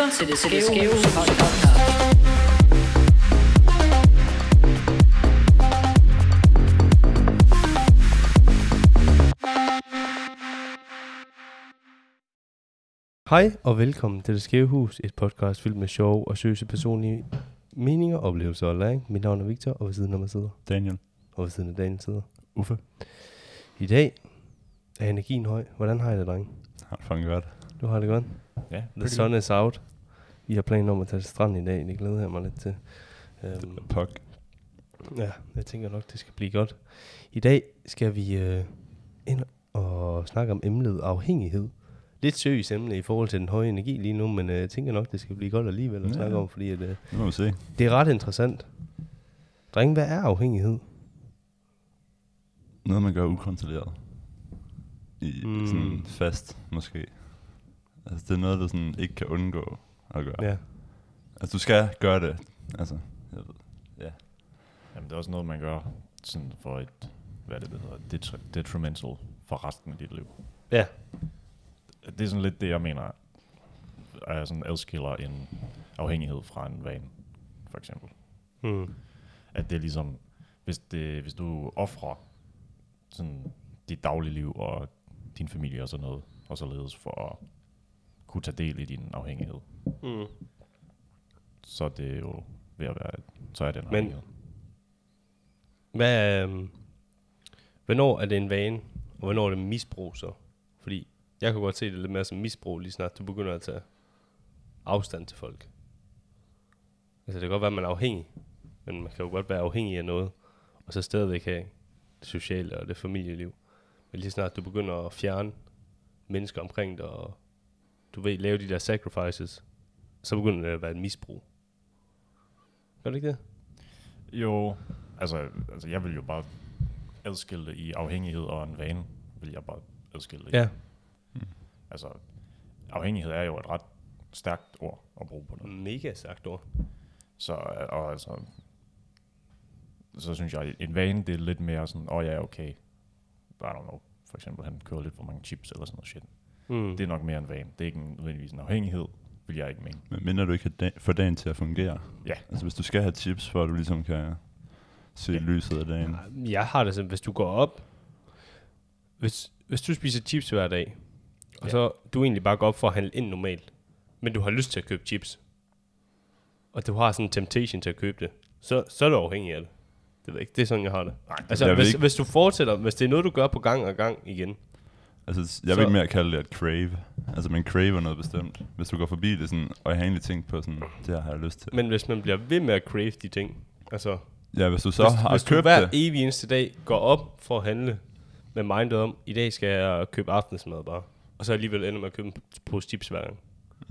lytter til Det Skæve Hus podcast. Hej og velkommen til Det Skæve Hus, et podcast fyldt med sjove og seriøse personlige meninger, oplevelser og læring. Mit navn er Victor, og ved siden af mig sidder Daniel. Og ved siden af Daniel sidder Uffe. I dag er energien høj. Hvordan har I det, dreng? Har du fucking godt? Du har det godt? Ja, The sun is out. Vi har planer om at tage til stranden i dag. Det glæder jeg mig lidt til. Pok. Ja, jeg tænker nok, det skal blive godt. I dag skal vi ind og snakke om emnet afhængighed. Lidt seriøst emne i forhold til den høje energi lige nu, men jeg tænker nok, det skal blive godt alligevel at snakke om, fordi det må vi se. Det er ret interessant. Drenge, hvad er afhængighed? Noget, man gør ukontrolleret. I sådan fast, måske. Altså, det er noget, du sådan ikke kan undgå at gøre. Ja. Altså, du skal gøre det. Altså, jeg ved. Ja. Jamen, det er også noget, man gør sådan for et, hvad det hedder, detrimental for resten af dit liv. Ja. Det er sådan lidt det, jeg mener, er sådan adskiller en afhængighed fra en vane, for eksempel. At det er ligesom, hvis du offrer sådan dit dagligliv og din familie og sådan noget, og således for at kunne tage del i din afhængighed, så er det jo ved at være, så er det en afhængighed. Hvornår er det en vane, og hvornår er det misbrug så? Fordi jeg kan godt se det lidt mere som misbrug, lige snart du begynder at tage afstand til folk. Altså det kan godt være, at man er afhængig, men man kan jo godt være afhængig af noget, og så stadigvæk have det sociale og det familieliv. Men lige snart du begynder at fjerne mennesker omkring dig, og du ved, lave de der sacrifices, så begynder det at være et misbrug. Gør det ikke det? Jo, altså jeg vil jo bare adskille det i afhængighed og en vane, vil jeg bare adskille det i. Ja. Altså, afhængighed er jo et ret stærkt ord at bruge på det. Mega stærkt ord. Så synes jeg, en vane, det er lidt mere sådan, ja, okay. I don't know. For eksempel, han kører lidt for mange chips eller sådan noget shit. Det er nok mere en vane. Det er ikke nødvendigvis en afhængighed, vil jeg ikke mene. Men mindre du ikke kan få dagen til at fungere. Ja. Altså, hvis du skal have chips, for at du ligesom kan se lyset af dagen. Jeg har det sådan, hvis du går op, hvis du spiser chips hver dag, og så du egentlig bare går op for at handle ind normalt, men du har lyst til at købe chips, og du har sådan en temptation til at købe det, så er du afhængig af det. Det ved jeg ikke, det er sådan, jeg har det. Nej, altså, hvis du fortsætter, hvis det er noget, du gør på gang og gang igen. Altså, jeg vil ikke mere kalde det at crave. Altså, man craver noget bestemt. Hvis du går forbi det sådan, og jeg har egentlig tænkt på sådan, det her har jeg lyst til. Men hvis man bliver ved med at crave de ting, altså... Ja, hvis du så har hvis købt du hver evig eneste dag går op for at handle med mindet om, i dag skal jeg købe aftensmad bare, og så alligevel ender med at købe en pose chips hver gang.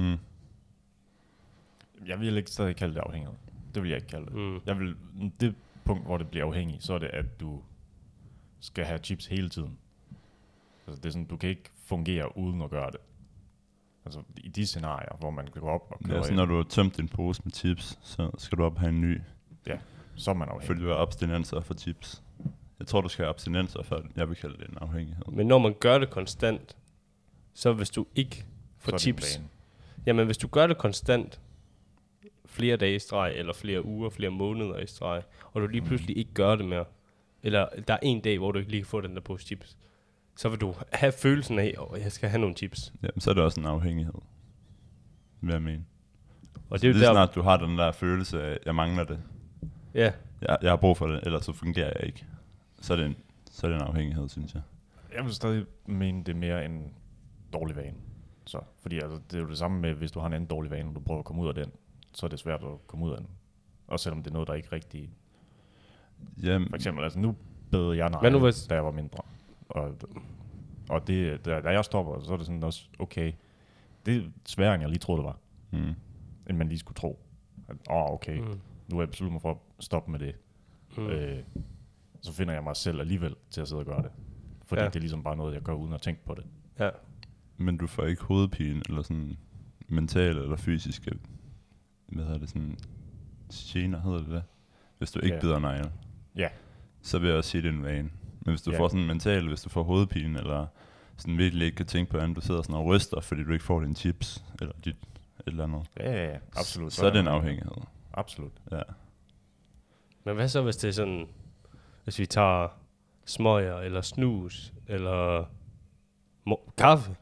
Jeg vil ikke stadig kalde det afhængighed. Det vil jeg ikke kalde det. Jeg vil, det punkt, hvor det bliver afhængig, så er det, at du skal have chips hele tiden. Altså, det er sådan, du kan ikke fungere uden at gøre det. Altså, i de scenarier, hvor man kan gå op og køre så når du har tømt din pose med chips, så skal du op og have en ny. Ja, så er man afhængig. Fordi du har abstinenser for chips. Jeg tror, du skal have abstinenser for, jeg vil kalde det en afhængighed. Men når man gør det konstant, så hvis du ikke får chips... Jamen, hvis du gør det konstant, flere dage i streg, eller flere uger, flere måneder i streg, og du lige pludselig ikke gør det mere, eller der er en dag, hvor du ikke lige kan få den der pose chips, så vil du have følelsen af, jeg skal have nogle chips. Jamen, så er det også en afhængighed, vil jeg mene. Og det er jo lige snart du har den der følelse af, jeg mangler det. Ja. Jeg har brug for det, ellers så fungerer jeg ikke. Så er det en afhængighed, synes jeg. Jeg vil stadig mene, det er mere en dårlig vane. Så, fordi altså, det er jo det samme med, hvis du har en anden dårlig vane, og du prøver at komme ud af den, så er det svært at komme ud af den. Også selvom det er noget, der ikke rigtig... Jamen. For eksempel, altså nu bed jeg negle, da jeg var mindre. Og det, da jeg stopper, så er det sådan også, okay, det er sværere, end jeg lige troede, det var. End man lige skulle tro. At, okay, nu har jeg besluttet mig for at stoppe med det. Så finder jeg mig selv alligevel til at sidde og gøre det. Fordi det er ligesom bare noget, jeg gør uden at tænke på det. Ja. Men du får ikke hovedpine, eller sådan mentale eller fysiske, hvad hedder det, sådan gener, hedder det, hvis du ikke bider negle. Ja. Så vil jeg også sige, det er en vane. Men hvis du får sådan mental, hvis du får hovedpine, eller sådan virkelig ikke kan tænke på, at du sidder sådan og ryster, fordi du ikke får dine chips, eller eller andet. Ja, absolut. Så er det en afhængighed. Absolut. Ja. Men hvad så, hvis det er sådan, hvis vi tager smøger, eller snus, eller kaffe?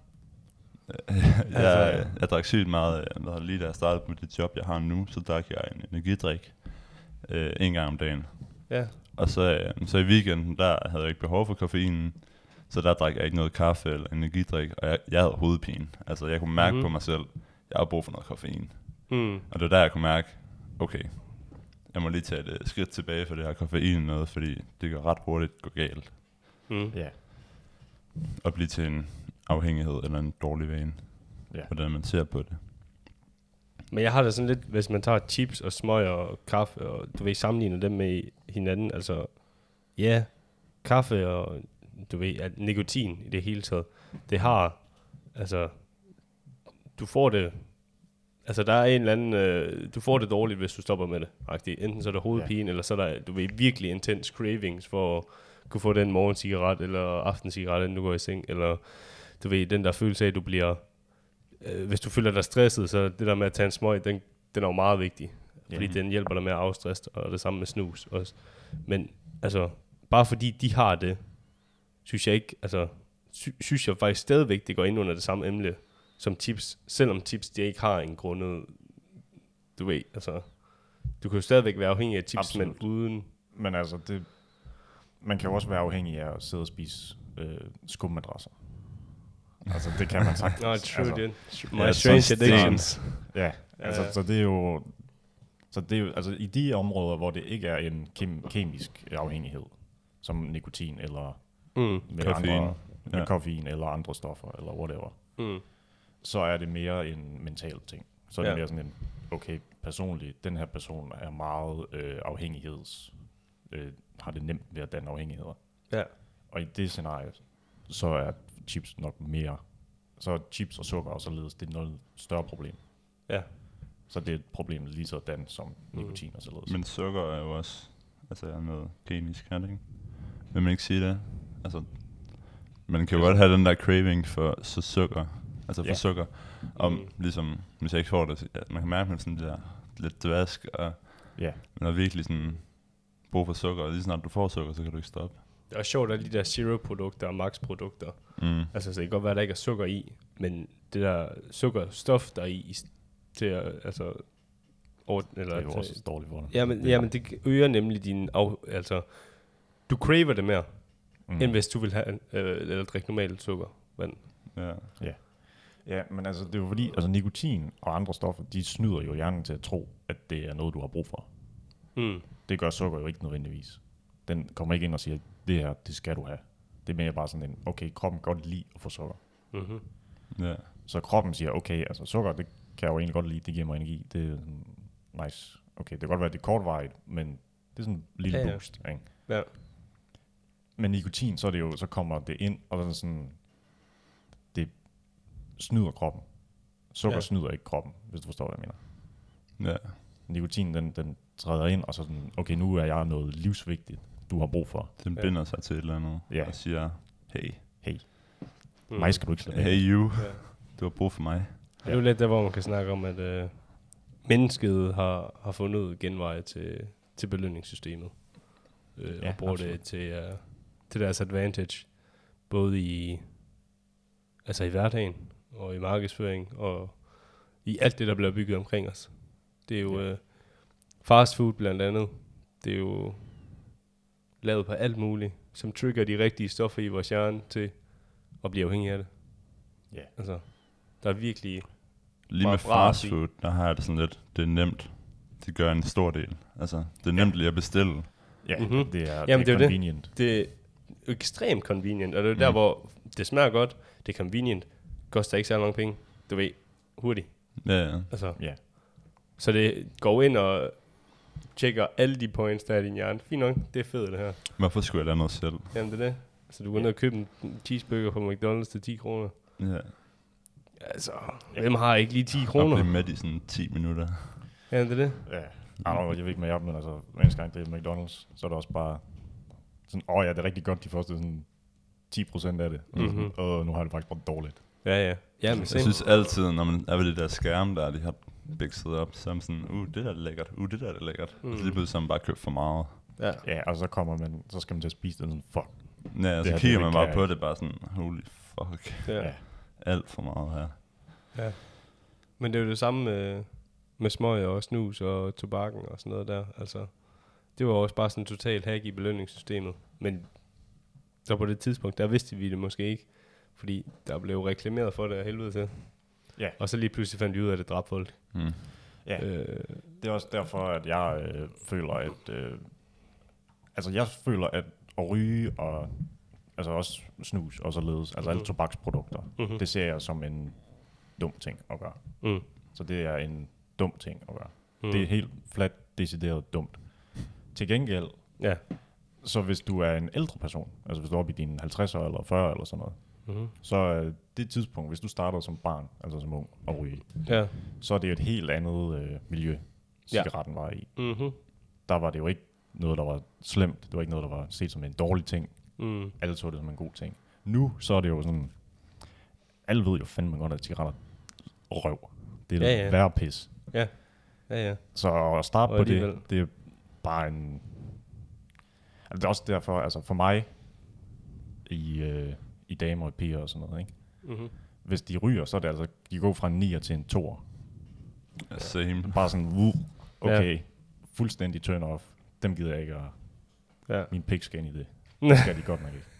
Jeg drak sygt meget, lige da jeg startede med det job, jeg har nu, så drak jeg en energidrik en gang om dagen. Ja. Og så i weekenden, der havde jeg ikke behov for koffeinen, så der drak jeg ikke noget kaffe eller energidrik, og jeg havde hovedpine. Altså jeg kunne mærke på mig selv, jeg har brug for noget koffein. Og det var der, jeg kunne mærke, okay, jeg må lige tage et skridt tilbage for det her koffein noget, fordi det kan ret hurtigt gå galt. Ja. Og blive til en afhængighed eller en dårlig vane, hvordan man ser på det. Men jeg har det sådan lidt, hvis man tager chips og smøger og kaffe, og du ved, sammenligner dem med hinanden, altså, ja, kaffe og, du ved, nikotin i det hele taget, det har, altså, du får det, altså der er en eller anden, du får det dårligt, hvis du stopper med det, faktisk. Enten så er der hovedpine, eller så er der, du ved, virkelig intens cravings for at kunne få den morgencigaret, eller aftencigaret, inden du går i seng, eller, du ved, den der følelse af, at du bliver, hvis du føler dig stresset, så det der med at tage en smøg, den er jo meget vigtig. Fordi den hjælper dig med at afstresse, og det samme med snus også. Men altså, bare fordi de har det, synes jeg ikke, altså, synes jeg faktisk stadigvæk, det går ind under det samme emne som chips. Selvom chips, de ikke har en grundet, du ved, altså, du kan jo stadigvæk være afhængig af chips, absolut. Men uden... Men altså, man kan jo også være afhængig af at sidde og spise skummadrasser. Altså, det kan man sagtens. No, true, altså, my strange addictions. Ja, altså, så det er jo... altså, i de områder, hvor det ikke er en kemisk afhængighed, som nikotin eller med koffein. Med koffein eller andre stoffer, eller whatever, så er det mere en mental ting. Så er det mere sådan en, okay, personligt, den her person er meget har det nemt ved at danne afhængigheder. Ja. Og i det scenarie, så er chips nok mere. Så er chips og sukker og således, det er noget større problem. Ja. Så det er et problem lige sådan som nikotin og således. Men sukker er jo også noget kemisk, er det ikke? Vil man ikke sige det? Altså, man kan jo godt have den der craving for sukker. Altså for sukker. Om ligesom, hvis jeg ikke får det, man kan mærke, at man sådan der lidt dvask, og man har virkelig sådan brug for sukker, og lige snart du får sukker, så kan du ikke stoppe. Det er sjovt, at de der zero-produkter og max-produkter, altså så det kan godt være, at der ikke er sukker i, men det der sukkerstof, der er i til at, altså... det er jo også dårligt for dig. Jamen det øger nemlig din... altså, du craver det mere, end hvis du vil have eller drikke normalt sukkervand. Ja, men altså, det er jo fordi, altså nikotin og andre stoffer, de snyder jo hjernen til at tro, at det er noget, du har brug for. Det gør sukker jo ikke nødvendigvis. Den kommer ikke ind og siger, det her, det skal du have. Det er mere bare sådan en, okay, kroppen kan godt lide at få sukker. Så kroppen siger, okay, altså sukker, det kan jeg jo egentlig godt lide, det giver mig energi, det er nice. Okay, det kan godt være, det er kortvarigt, men det er sådan en lille boost, ikke? Ja. Men nikotin, så er det jo, så kommer det ind, og så er det sådan, det snyder kroppen. Sukker snyder ikke kroppen, hvis du forstår, hvad jeg mener. Ja. Nikotin, den træder ind, og så sådan, okay, nu er jeg noget livsvigtigt, du har brug for. Den binder sig til et eller andet, og siger, hey. Mig skal du ikke slippe af. Hey you, du har brug for mig. Det er jo lidt der, hvor man kan snakke om, at mennesket har fundet genveje til belønningssystemet. Og bruger det til deres advantage. Både i hverdagen, og i markedsføring, og i alt det, der bliver bygget omkring os. Det er jo fast food blandt andet. Det er jo lavet på alt muligt, som trigger de rigtige stoffer i vores hjerne til at blive afhængig af det. Ja. Altså, der er virkelig... Lige med fast food, der har jeg det sådan lidt, det er nemt. Det gør en stor del. Altså, det er nemt lige at bestille. Ja, det er convenient. Det er ekstremt convenient, og det er der, hvor det smager godt, det er convenient, koster ikke så mange penge, du ved, hurtigt. Ja. Altså, så det går ind og tjekker alle de points, der er i din hjerne. Fint nok, det er fedt det her. Hvorfor skulle jeg lade noget selv? Jamen det er det. Så du går ned og køber en cheeseburger på McDonald's til 10 kroner. Ja. Altså, hvem har ikke lige 10 kroner? Og blive med i sådan 10 minutter. Jamen det er det. Ja. Jeg ved ikke med jer, men altså, hver gang det er McDonald's, så er det også bare sådan, det er rigtig godt, de første sådan 10% af det. Og nu har det faktisk bare dårligt. Ja. Ja, men jeg synes altid, når man er ved det der skærm der, de har bikset op, så er man sådan, det der er lækkert, det der er lækkert. Og så lige pludselig har man bare købt for meget. Ja, og så så skal man til at spise det sådan, fuck. Ja, og så kigger man bare på det, bare sådan, holy fuck. Ja. Alt for meget her. Ja. Men det er jo det samme med smøger og snus og tobakken og sådan noget der. Altså, det var også bare sådan totalt hack i belønningssystemet. Men så på det tidspunkt, der vidste vi det måske ikke. Fordi der blev reklameret for det af helvede til. Ja. Og så lige pludselig fandt vi ud af, at det dræbte folk. Ja, det er også derfor, at jeg føler, at... jeg føler, at ryge og... Altså også snus og således, altså alle tobaksprodukter, det ser jeg som en dum ting at gøre. Så det er en dum ting at gøre. Det er helt flat, decideret dumt. Til gengæld, så hvis du er en ældre person, altså hvis du er oppe i dine 50'er eller 40 eller sådan noget, så det tidspunkt, hvis du starter som barn, altså som ung, og ryge, så er det jo et helt andet miljø, cigaretten var i. Der var det jo ikke noget, der var slemt. Det var ikke noget, der var set som en dårlig ting. Alle så det som en god ting. Nu så er det jo sådan, alle ved jo fandme godt, at cigaretter røv. Det er værre pis. Ja. Så at starte på det er bare en... Altså det er også derfor, altså for mig, i damer og piger og sådan noget, ikke? Hvis de ryger, så er det altså, de går fra en 9'er til en 2'er. Same. Bare sådan, okay, fuldstændig turn off. Dem gider jeg ikke at... Min pik skal ind i det. Det skal de godt nok ikke.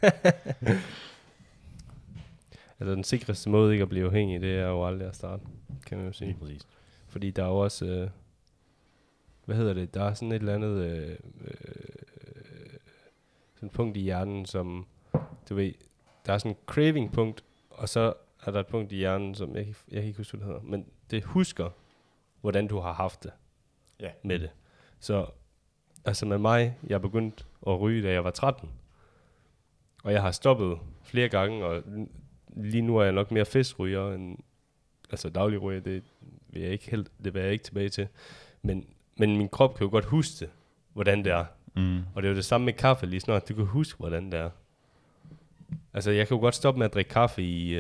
Altså den sikreste måde ikke at blive afhængig, det er jo aldrig at starte, kan man jo sige. Lige præcis. Fordi der er jo også, hvad hedder det, der er sådan et eller andet, sådan et punkt i hjernen, som, du ved, der er sådan et craving-punkt, og så er der et punkt i hjernen, som jeg kan ikke huske, hvad det hedder, men det husker, hvordan du har haft det med det. Så, altså med mig, jeg begyndte at ryge, da jeg var 13, og jeg har stoppet flere gange, og lige nu er jeg nok mere festryger end altså dagligryger, det vil jeg ikke tilbage til. Men min krop kan jo godt huske, hvordan det er. Og det er jo det samme med kaffe, lige snart du kan huske, hvordan det er. Altså jeg kan jo godt stoppe med at drikke kaffe i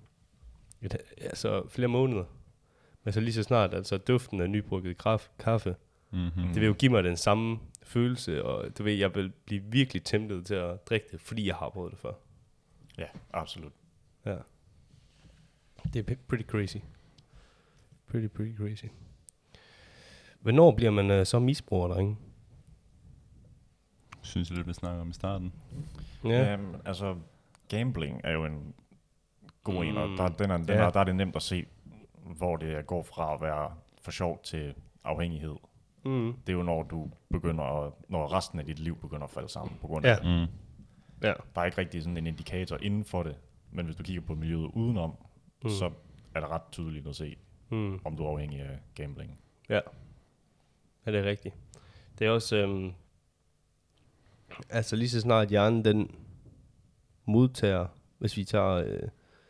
flere måneder. Men så lige så snart, altså duften af nybrygget kaffe, det vil jo give mig den samme følelse, og du ved, jeg vil blive virkelig temptet til at drikke det, fordi jeg har prøvet det før. Ja, absolut. Ja. Det er pretty crazy. Pretty crazy. Hvornår bliver man så misbruger, drenge? Synes jeg, det blev snakket om i starten? Ja. Altså, gambling er jo en god en, og der er det nemt at se, hvor det går fra at være for sjov til afhængighed. Det er jo, når du begynder når resten af dit liv begynder at falde sammen på grund af det. Der er ikke rigtig sådan en indikator inden for det, men hvis du kigger på miljøet udenom, så er det ret tydeligt at se, om du er afhængig af gambling. Ja, det er rigtigt. Det er også, altså lige så snart hjernen den modtager, hvis vi tager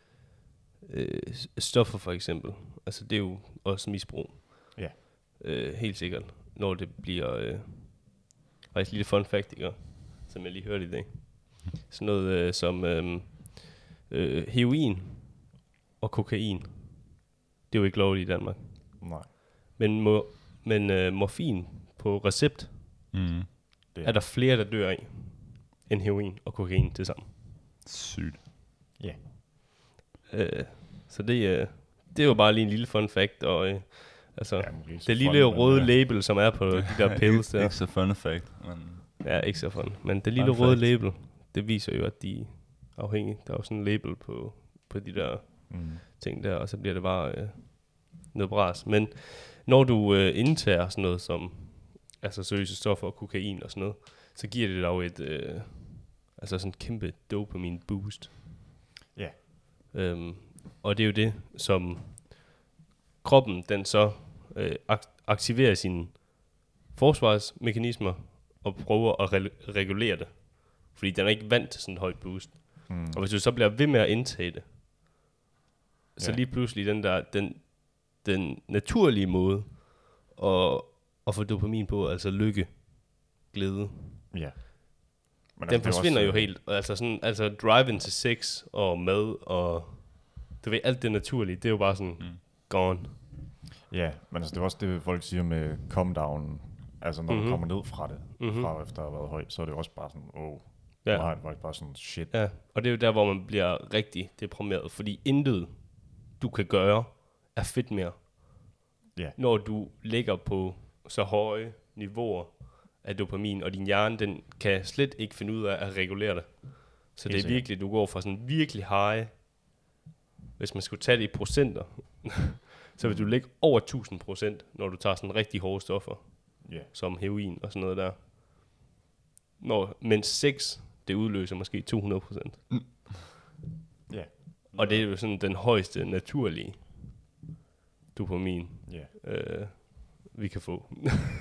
stoffer for eksempel, altså det er jo også misbrug. Ja. Helt sikkert, når det bliver, faktisk lille fun fact, ikke? Som jeg lige hørte i dag. Sådan noget som heroin og kokain. Det er jo ikke lovligt i Danmark. Nej. Men morfin på recept, er der flere, der dør af, end heroin og kokain til sammen. Sygt. Ja. Så det er jo bare lige en lille fun fact, og altså, det lille røde label, som er på de der pills der. Ikke så fun fact, men... Ja, ikke så fun. Men det lille røde label, det viser jo, at de er afhængige. Der er jo sådan en label på de der ting der, og så bliver det bare noget bras. Men når du indtager sådan noget som altså seriøse stoffer og kokain og sådan noget, så giver det dig jo et altså sådan et kæmpe dopamin boost. Ja. Og det er jo det, som kroppen den så aktiverer sine forsvarsmekanismer og prøver at regulere det. Fordi den er ikke vant til sådan et højt boost. Og hvis du så bliver ved med at indtage det, så lige pludselig den naturlige måde at få dopamin på, altså lykke, glæde, men den forsvinder jo helt. Altså drive til sex og mad og Du ved, alt det naturlige, det er jo bare sådan, gone. Ja, men altså, det er også det, folk siger med come down. Altså, når du kommer ned fra det, fra efter at have været høj, så er det også bare sådan, nu har jeg faktisk bare sådan, shit. Ja, og det er jo der, hvor man bliver rigtig deprimeret, fordi intet, du kan gøre, er fedt mere. Ja. Når du ligger på så høje niveauer af dopamin, og din hjerne, den kan slet ikke finde ud af at regulere det. Så det er virkelig, du går fra sådan virkelig high, hvis man skulle tage det i procenter, så vil du ligge over 1000%, når du tager sådan rigtig hårde stoffer, som heroin og sådan noget der. Mens sex, det udløser måske 200%. Ja. Og det er jo sådan den højeste naturlige dopamin, vi kan få.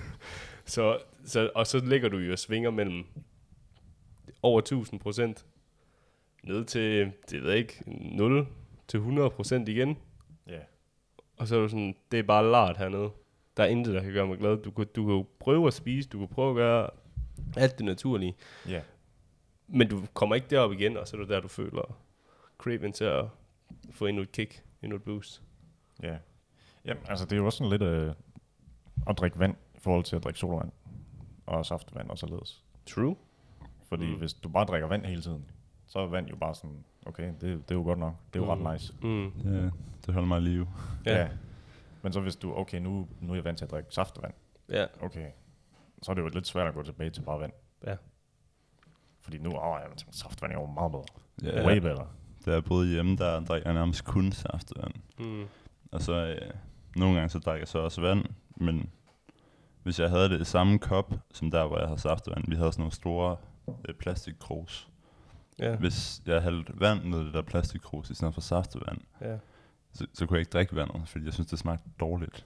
Og så ligger du jo og svinger mellem over 1000% ned til, det ved jeg ikke, 0 til 100% igen. Ja. Og så er du sådan, det er bare lart hernede. Der er intet, der kan gøre mig glad. Du kan jo prøve at spise, du kan prøve at gøre alt det naturlige. Ja. Men du kommer ikke derop igen, og så er det der, du føler craving til at få endnu et kick, endnu et boost. Ja. Jamen, altså det er jo også sådan lidt at drikke vand i forhold til at drikke solvand og saftevand og således. True. Fordi hvis du bare drikker vand hele tiden, så er vand jo bare sådan, okay, det er jo godt nok. Det er jo ret nice. Ja, det holder mig i live. Ja. Men så hvis du, okay, nu er jeg vant til at drikke saftevand. Ja. Okay. Så er det jo lidt svært at gå tilbage til bare vand. Ja. Fordi nu, saftevand er jo meget bedre. Ja. Way bedre. Da jeg boede hjemme, der drikker jeg nærmest kun saftevand. Og så nogle gange så drikker jeg så også vand, men hvis jeg havde det i samme kop, som der, hvor jeg havde saftevand, vi havde sådan nogle store plastikkrus. Ja. Hvis jeg hældte vand ned i det der plastikkrus i stedet for saftevand, så kunne jeg ikke drikke vandet, fordi jeg synes, det smagte dårligt.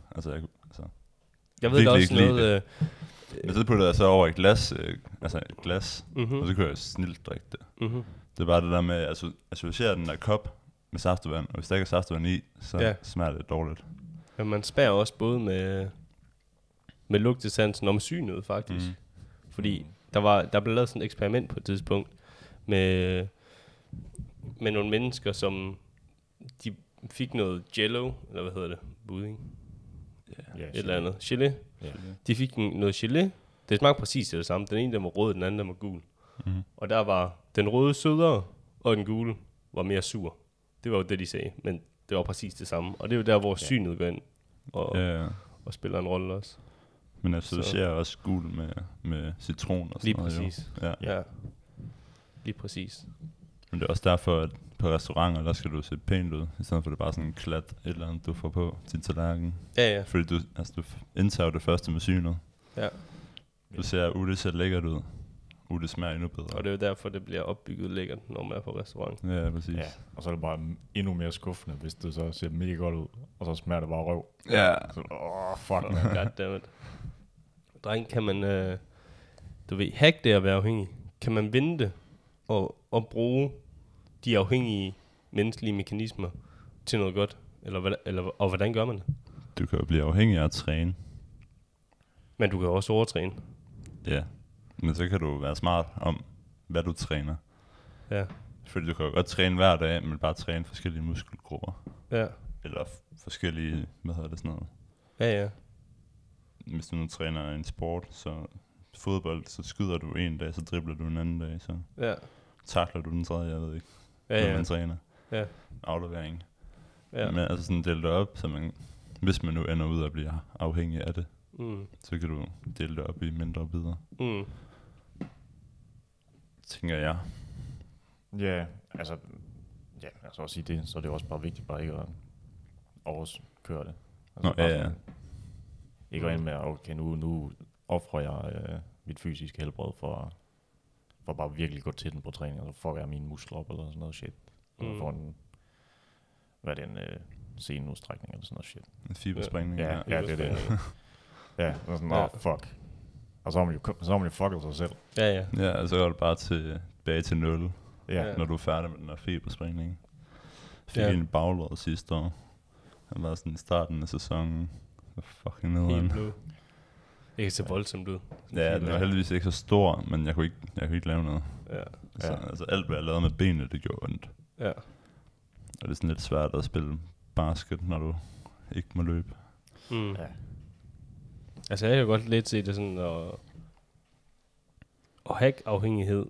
Jeg ved da også noget... Men så puttede jeg så over et glas, og så kunne jeg snilt drikke det. Det var det der med at associere den der kop med saftevand, og hvis der ikke er saftevand i, så smager det dårligt. Ja, man spærer også både med lugtesansen og med synet, faktisk. Fordi der blev lavet sådan et eksperiment på et tidspunkt med nogle mennesker, som de fik noget jello, eller hvad hedder det? Budding? Et eller andet. Gelé. Yeah. De fik noget gelé. Det smagte præcis det samme. Den ene der var rød, den anden der var gul. Og der var den røde sødere, og den gule var mere sur. Det var jo det, de sagde. Men det var præcis det samme. Og det er jo der, hvor synet går ind og spiller en rolle også. Men associerer også gul med citron og sådan noget. Lige præcis. Ja. Lige præcis. Men det er også derfor, at på restauranter, der skal du se pænt ud, i stedet for det bare sådan en klat, et eller andet, du får på til tallerken. Ja. Fordi du indtager det første med synet. Ja. Du ser, det ser lækkert ud. Det smager endnu bedre. Og det er jo derfor, det bliver opbygget lækkert, når man er på restaurant. Ja, præcis. Ja. Og så er det bare endnu mere skuffende, hvis det så ser mega godt ud, og så smager det bare røv. Ja. Så, fuck man. Goddammit. Dreng, kan man, hack det at være afhængig? Kan man vente og bruge de afhængige menneskelige mekanismer til noget godt? Og hvordan gør man det? Du kan jo blive afhængig af at træne. Men du kan også overtræne. Ja, men så kan du være smart om, hvad du træner. Ja. Fordi du kan jo godt træne hver dag, men bare træne forskellige muskelgrupper. Ja. Eller forskellige, sådan noget. Ja. Hvis du nu træner en sport, så fodbold, så skyder du en dag, så dribler du en anden dag, så takler du den tredje, jeg ved ikke, når man træner. Ja. Aflevering. Ja. Men altså sådan dele det op, så hvis man nu ender ud af at blive afhængig af det, så kan du dele det op i mindre bidder. Tænker jeg. Ja, altså også i det, så er det også bare vigtigt bare ikke at overkøre det. Altså ikke at ind med, okay, nu offrer jeg mit fysiske helbred for bare virkelig gå til den på træning, og så får jeg mine muskler op, eller sådan noget shit. Og får en, seneudstrækning, eller sådan noget shit. En fibersprængning. Ja, det er det. Ja, og sådan, fuck. Og så har man jo fucket sig selv. Ja. Ja, og så går det bare tilbage til 0, når du er færdig med den her fibersprængning. Fik en baglåret sidste år. Han var sådan i starten af sæsonen. Fucking nederen. Helt blød. Ikke så voldsomt ud. Ja, den var heldigvis ikke så stor, men jeg kunne ikke lave noget. Ja. Altså alt hvad jeg lavede med benene, det gjorde ondt. Ja. Og det er sådan lidt svært at spille basket, når du ikke må løbe. Ja. Altså jeg kan godt lidt se det sådan, at hack-afhængighed.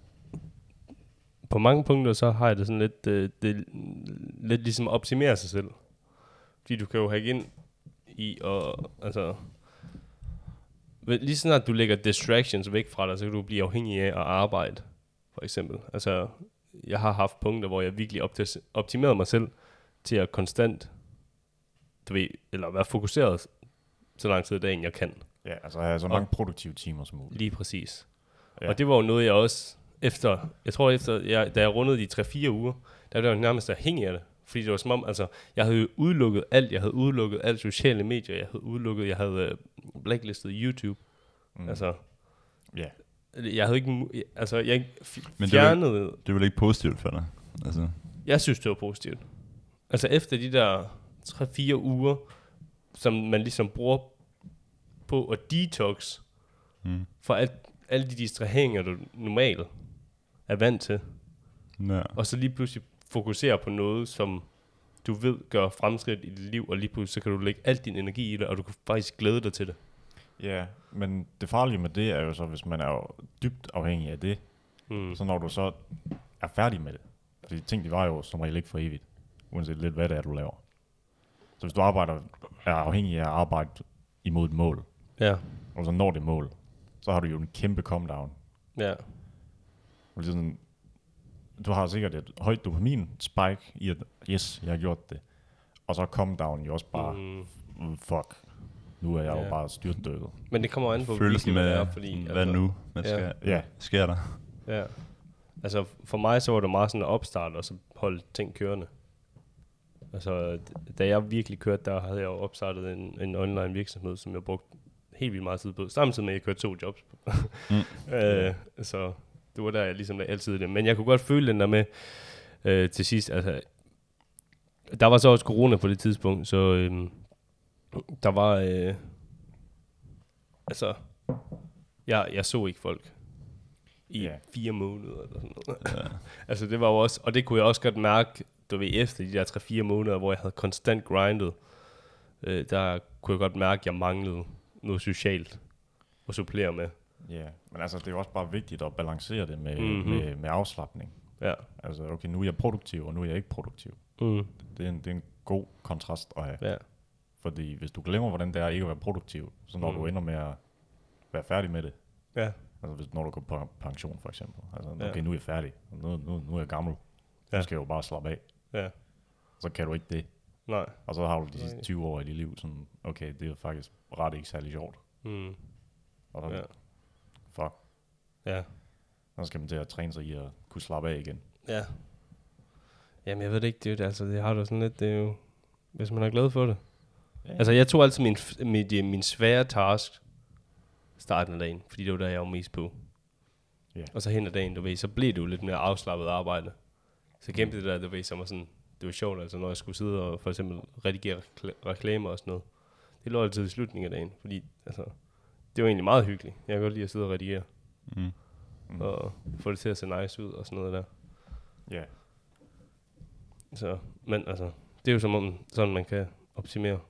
På mange punkter, så har jeg det sådan lidt, lidt ligesom at optimere sig selv. Fordi du kan jo hacke ind i, og altså, lige sådan at du lægger distractions væk fra dig, så kan du blive afhængig af at arbejde, for eksempel. Altså, jeg har haft punkter, hvor jeg virkelig optimerede mig selv til at konstant, eller være fokuseret så lang tid i dagen, jeg kan. Ja, altså have så mange produktive timer som muligt. Lige præcis. Ja. Og det var jo noget, jeg også, da jeg rundede de 3-4 uger, der var jeg nærmest afhængig af det. Fordi det var som om, altså, jeg havde udelukket alt. Jeg havde udelukket alle sociale medier. Jeg havde blacklistet YouTube. Altså, ja. Jeg havde ikke, altså, jeg fjernede... Det var ikke positivt for dig? Altså. Jeg synes, det var positivt. Altså, efter de der 3-4 uger, som man ligesom bruger på at detox for alle de distraheringer, du normalt er vant til. Ja. Og så lige pludselig fokusere på noget, som du ved gør fremskridt i dit liv, og lige pludselig så kan du lægge al din energi i det, og du kan faktisk glæde dig til det. Ja, men det farlige med det er jo så, hvis man er jo dybt afhængig af det, så når du så er færdig med det. Fordi ting, de var jo som regel ikke for evigt, uanset lidt hvad det er, du laver. Så hvis du er afhængig af at arbejde imod et mål, og så når det mål, så har du jo en kæmpe come down. Ja. Og det er sådan, du har sikkert et højt dopamin spike i at, yes, jeg har gjort det. Og så come down jo også bare, fuck, nu er jeg jo bare styrtdykket. Men det kommer an på, følelsen med, hvad det er, fordi... hvad altså, nu? Hvad sker der? Ja. Altså, for mig så var det meget sådan at opstarte, og så holde ting kørende. Altså, da jeg virkelig kørte, der havde jeg jo opstartet en online virksomhed, som jeg brugte helt vildt meget tid på. Samtidig med, at jeg kørte 2 jobs. Så det var der, jeg ligesom altid det. Men jeg kunne godt føle den der med, til sidst, altså, der var så også corona på det tidspunkt, så der var, altså, jeg så ikke folk i 4 måneder eller sådan noget. Ja. Altså, det var jo også, og det kunne jeg også godt mærke, efter de der 3-4 måneder, hvor jeg havde konstant grindet, der kunne jeg godt mærke, at jeg manglede noget socialt at supplere med. Ja, men altså, det er jo også bare vigtigt at balancere det med afslapning. Ja. Altså, okay, nu er jeg produktiv, og nu er jeg ikke produktiv. Det er en god kontrast at have. Ja. Fordi hvis du glemmer, hvordan det er ikke at være produktiv, så når du ender med at være færdig med det. Ja. Altså, når du går på pension, for eksempel. Altså, okay, nu er jeg færdig. Nu er jeg gammel. Nu skal jeg jo bare slappe af. Ja. Så kan du ikke det. Nej. Og så har du de sidste 20 år i dit liv, sådan, okay, det er faktisk ret ikke særlig sjovt. Og så, fuck. Ja. Så skal man til at træne sig i at kunne slappe af igen. Ja. Jamen, jeg ved det ikke, det er jo, altså, det har du sådan lidt, det er jo, hvis man er glad for det. Ja. Altså, jeg tog altid min svære task starten af dagen, fordi det var der, jeg var mest på. Yeah. Og så hen ad dagen, så blev det jo lidt mere afslappet arbejde. Så gemte det der, som var sådan, det var sjovt, altså, når jeg skulle sidde og for eksempel redigere reklamer og sådan noget. Det lå altid i slutningen af dagen, fordi, altså, det var egentlig meget hyggeligt. Jeg kan godt lide at sidde og redigere. Og få det til at se nice ud og sådan noget der. Ja. Yeah. Så, men altså, det er jo som om, sådan man kan optimere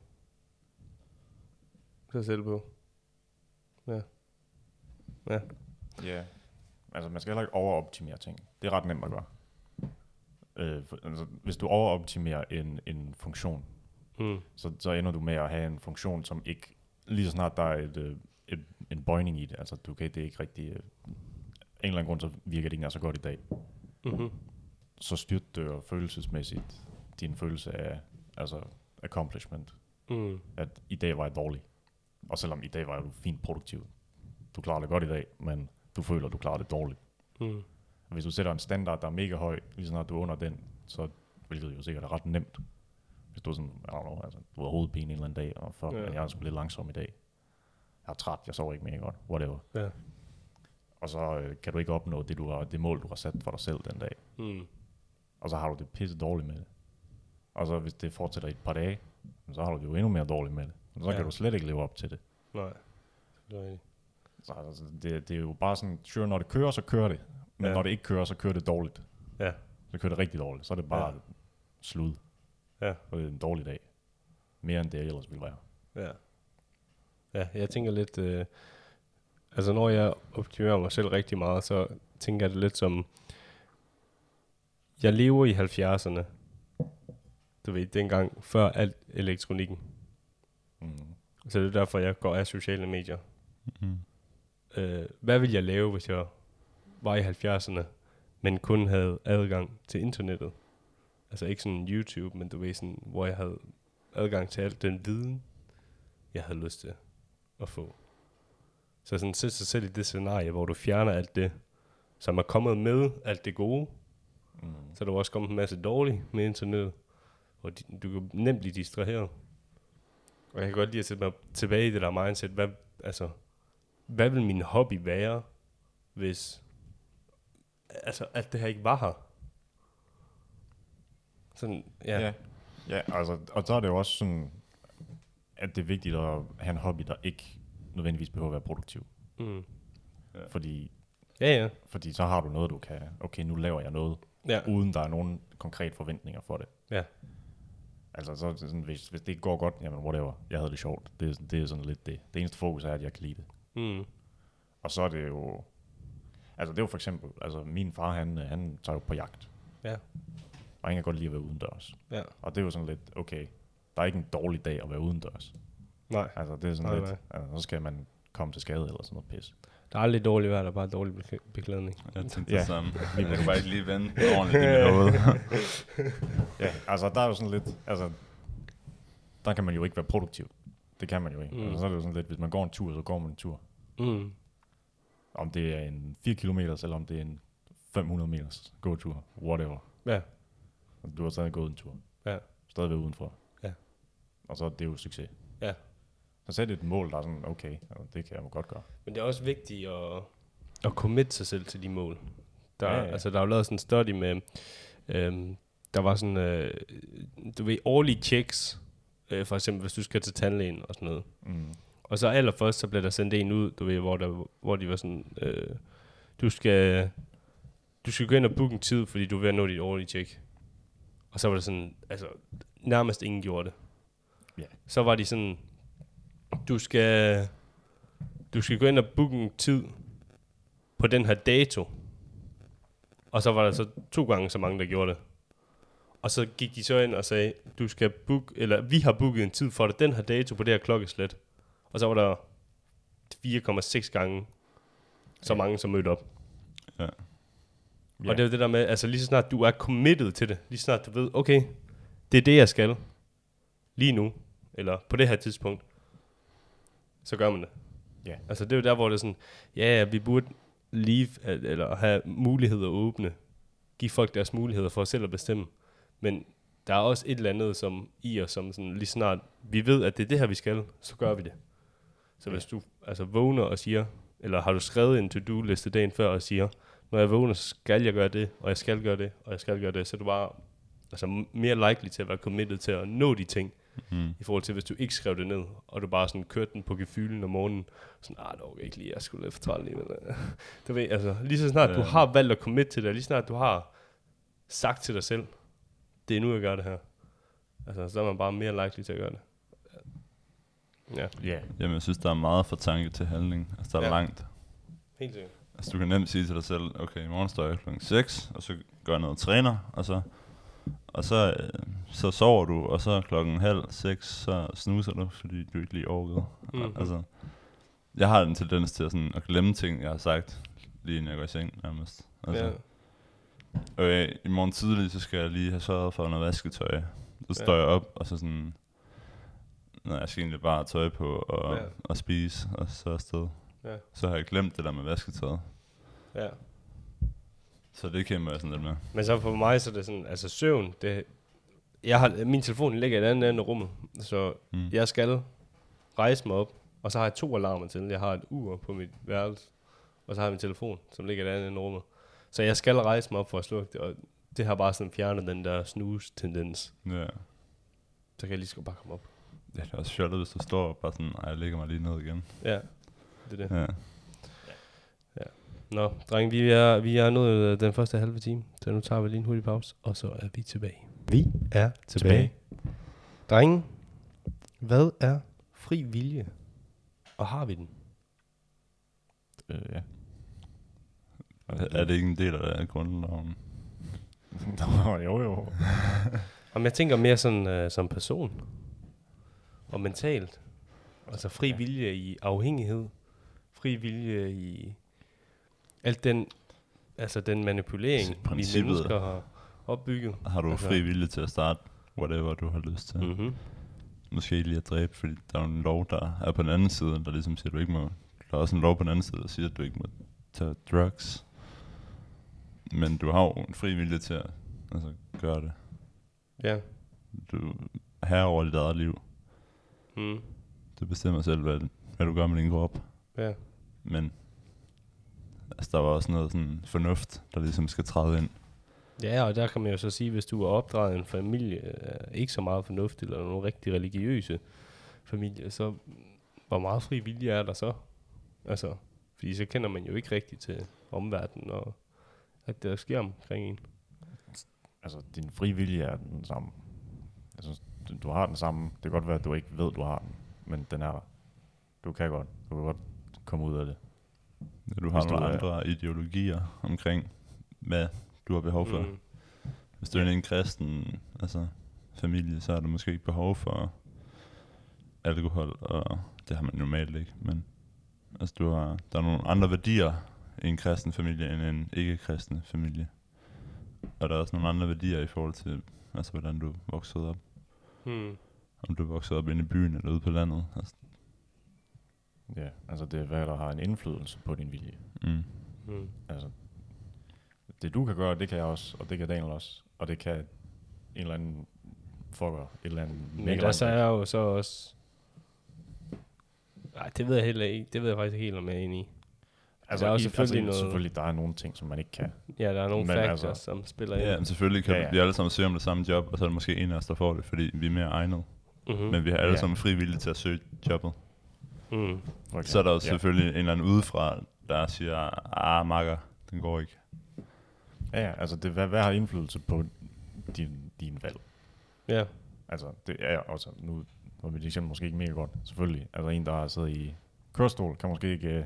sig selv på. Ja. Ja. Ja. Altså, man skal heller ikke overoptimere ting. Det er ret nemt at gøre. Altså, hvis du overoptimerer en funktion, så ender du med at have en funktion, som ikke, lige så snart der er en bøjning i det, altså det er ikke rigtig, en eller anden grund, så virker det ikke så godt i dag. Så styrtdør følelsesmæssigt din følelse af, altså, accomplishment. At i dag var jeg dårlig. Og selvom i dag var du fint produktiv. Du klarer det godt i dag, men du føler, at du klarer det dårligt. Hvis du sætter en standard, der er mega høj, lige snart du er under den, så hvilket jo sikkert er ret nemt. Hvis du er sådan, altså, du har hovedpine en eller anden dag, og fuck, men jeg er sgu lidt langsom i dag. Jeg er træt, jeg sover ikke mere godt, whatever. Ja. Og så kan du ikke opnå det mål, du har sat for dig selv den dag. Og så har du det pisse dårligt med det. Og så hvis det fortsætter i et par dage, så har du det jo endnu mere dårligt med det. Og så kan du slet ikke leve op til det. Nej. Så altså, det er jo bare sådan, sure, når det kører, så kører det. Men når det ikke kører, så kører det dårligt. Ja. Så kører det rigtig dårligt. Så er det bare slud. Ja. Og det er en dårlig dag. Mere end det ellers ville være. Ja. Ja, jeg tænker lidt... altså, når jeg optimerer mig selv rigtig meget, så tænker jeg det lidt som... Jeg lever i 70'erne. Du ved, dengang før alt elektronikken. Så det er derfor, jeg går af sociale medier. Hvad ville jeg lave, hvis jeg var i 70'erne, men kun havde adgang til internettet? Altså ikke sådan YouTube, men du ved sådan, hvor jeg havde adgang til alt den viden, jeg havde lyst til at få. Så sådan sæt sig selv i det scenarie, hvor du fjerner alt det, som er kommet med, alt det gode. Så der var også kommet en masse dårligt med internettet, og du kan nemt blive distraheret. Og jeg kan godt lide at sætte mig tilbage i det der mindset. Hvad vil min hobby være, hvis alt det her ikke var her? Sådan, ja. Ja, altså, og så er det jo også sådan, at det er vigtigt at have en hobby, der ikke nødvendigvis behøver at være produktiv. Ja. Fordi så har du noget, du kan, okay, nu laver jeg noget, uden der er nogen konkrete forventninger for det. Ja. Altså, så sådan, hvis det går godt, jamen whatever, jeg havde det sjovt. Det er sådan lidt det. Det eneste fokus er, at jeg kan lide det. Og så er det jo, altså det er jo for eksempel, altså min far, han tager jo på jagt. Ja. Og han kan godt lide at være udendørs. Ja. Og det er jo sådan lidt, okay, der er ikke en dårlig dag at være udendørs. Nej. Altså det er sådan lidt, altså, så skal man komme til skade eller sådan noget pis. Der er aldrig dårligt vejr, der er bare dårlig beklædning. Jeg tænkte det samme. Jeg kan bare ikke lige vende ordentligt i mit hoved. Ja, altså der er jo sådan lidt, altså der kan man jo ikke være produktiv. Det kan man jo ikke. Altså, så er det jo sådan lidt, hvis man går en tur, så går man en tur. Om det er en 4 kilometer, eller om det er en 500 meters gåtur, whatever. Ja. Du har stadig gået en tur. Ja. Stadig været udenfor. Ja. Og så er det jo succes. Ja. Så sæt et mål, der er sådan, okay, det kan jeg jo godt gøre. Men det er også vigtigt at committe sig selv til de mål. Altså, der er jo lavet sådan en study med, der var sådan, du ved, årlige checks, for eksempel hvis du skal til tandlægen og sådan noget. Og så allerførst, så blev der sendt en ud, du ved, hvor de var sådan, du skal gå ind og booke en tid, fordi du er ved at nå dit årlige check. Og så var det sådan, altså, nærmest ingen gjorde det. Yeah. Så var de sådan, du skal gå ind og booke en tid på den her dato. Og så var der så 2 gange så mange, der gjorde det. Og så gik de så ind og sagde, vi har booket en tid for dig, den her dato på det her klokkeslæt. Og så var der 4,6 gange så mange, som mødte op. Ja. Og det er jo det der med, altså lige så snart du er committed til det, lige så snart du ved, okay, det er det, jeg skal lige nu, eller på det her tidspunkt, så gør man det. Yeah. Altså det er jo der, hvor det er sådan, ja, vi burde eller have muligheder at åbne, give folk deres muligheder for selv at bestemme, men der er også et eller andet som i os, som sådan, lige snart vi ved, at det er det her, vi skal, så gør vi det. Så hvis du altså vågner og siger, eller har du skrevet en to-do-liste dagen før og siger, når jeg vågner, så skal jeg gøre det, og jeg skal gøre det, og jeg skal gøre det, så er du bare altså, mere likely til at være committed til at nå de ting, i forhold til, hvis du ikke skrev det ned, og du bare sådan kørte den på gefylen om morgenen, sådan, det var ikke lige, jeg skulle lidt for træt lige, men du ved, altså, lige så snart du har valgt at commit til det, lige snart du har sagt til dig selv, det er nu, jeg gør det her, altså, så er man bare mere likely til at gøre det. Ja. Yeah. Jamen, jeg synes, der er meget for tanke til handling, altså, der er langt. Helt sikkert. Altså, du kan nemt sige til dig selv, okay, i morgen står jeg kl. 6, og så gør jeg noget træner, og så sover du, og så 5:30, så snuser du, fordi du ikke lige orkede. Altså, jeg har en tendens til at glemme ting, jeg har sagt, lige inden jeg går i seng nærmest. Altså, okay, i morgen tidlig, så skal jeg lige have sørget for noget vasketøj. Så står jeg op, og så sådan, jeg skal egentlig bare have tøj på og spise, og så afsted. Ja. Så har jeg glemt det der med vasketøjet. Ja. Så det kæmper jeg sådan lidt med. Men så for mig, så er det sådan, altså søvn, min telefon ligger i et andet ende af rummet, så jeg skal rejse mig op, og så har jeg 2 alarmer til. Jeg har et ur på mit værelse, og så har jeg min telefon, som ligger i et andet ende af rummet. Så jeg skal rejse mig op for at slukke det, og det har bare sådan fjernet den der snooze-tendens. Ja. Så kan jeg lige så bare komme op. Ja, det er også fjollet, hvis du står bare sådan, jeg lægger mig lige ned igen. Ja, det er det. Ja. Nå, dreng, vi er nået den første halve time, så nu tager vi lige en hurtig pause, og så er vi tilbage. Vi er tilbage. Drenge, hvad er fri vilje? Og har vi den? Ja. Er det ikke en del af grundloven? jo. Om jeg tænker mere sådan som person. Og mentalt. Altså fri vilje i afhængighed. Fri vilje i alt den, altså den manipulering, vi mennesker har opbygget. Har du fri vilje til at starte whatever du har lyst til? Mm-hmm. Måske lige at dræbe, fordi der er en lov, der er på den anden side, der ligesom siger, at du ikke må. Der er også en lov på den anden side, der siger, at du ikke må tage drugs. Men du har jo en fri vilje til at gøre det. Ja. Du er herre over dit eget liv. Mm. Du bestemmer selv, hvad du gør med din krop. Ja. Men altså, der var også noget sådan fornuft, der ligesom skal træde ind. Ja, og der kan man jo så sige, hvis du er opdraget i en familie, ikke så meget fornuft, eller nogle rigtig religiøse familie, så hvor meget fri vilje er der så? Altså, fordi så kender man jo ikke rigtigt til omverdenen, og at der sker omkring en. Altså, din fri vilje er den samme. Altså, du har den samme. Det kan godt være, at du ikke ved, du har den, men den er der. Du kan godt komme ud af det. Ja, du har nogle andre ideologier omkring, hvad du har behov for. Hvis du er en kristen familie, så har du måske ikke behov for alkohol, og det har man normalt ikke. Men altså, der er nogle andre værdier i en kristen familie end en ikke-kristen familie. Og der er også nogle andre værdier i forhold til, altså hvordan du voksede op. Om du voksede op inde i byen eller ude på landet. Altså. Ja, altså det er hvad der har en indflydelse på din vilje. Altså, det du kan gøre, det kan jeg også, og det kan Daniel også, og det kan en eller anden fucker, et eller andet. Men der så er jo så også... Nej, det ved jeg heller ikke. Det ved jeg faktisk ikke helt, om jeg er enig i. Altså, der er selvfølgelig der er nogle ting, som man ikke kan. Ja, der er nogle factors, som spiller ind. Ja, men selvfølgelig kan vi alle sammen søge om det samme job, og så er det måske en af os, der får det, fordi vi er mere egnet. Men vi har alle sammen frivilligt til at søge jobbet. Okay. Så er der jo selvfølgelig en eller anden udefra, der siger, makker, den går ikke. Ja, altså hvad har indflydelse på din valg? Ja. Altså, det er også, nu var mit eksempel måske ikke mega godt, selvfølgelig. Altså en, der har siddet i kørestol, kan måske ikke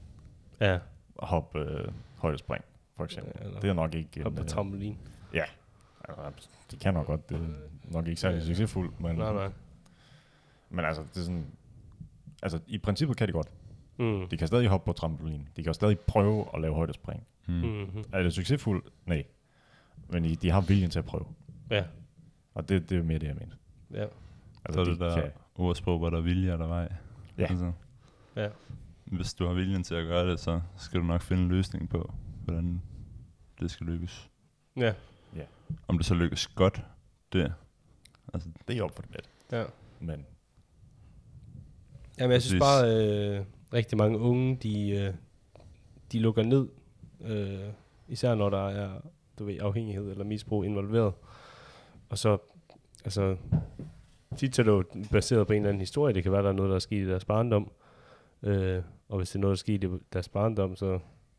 hoppe højdespring, for eksempel. Ja, det er nok ikke... Hoppe på trampolin. Ja, altså, de kan nok godt, det er nok ikke særlig succesfuldt, men... Nej. Men altså, det er sådan... Altså, i princippet kan de godt. De kan stadig hoppe på trampolin. De kan stadig prøve at lave højdespring. Er det succesfuldt? Nej. Men de har viljen til at prøve. Ja. Og det er mere det, jeg mener. Ja. Altså, så er det der ordsprog, hvor der er vilje, er der vej. Ja. Altså, ja. Hvis du har viljen til at gøre det, så skal du nok finde en løsning på, hvordan det skal lykkes. Ja. Om det så lykkes godt, det er op for det. Ja. Men jamen, jeg synes bare, rigtig mange unge, de lukker ned, især når der er, afhængighed eller misbrug involveret. Og så, altså, tit er det jo baseret på en eller anden historie. Det kan være, der er noget, der er sket i deres barndom. Og hvis det er noget, der er sket i deres barndom, så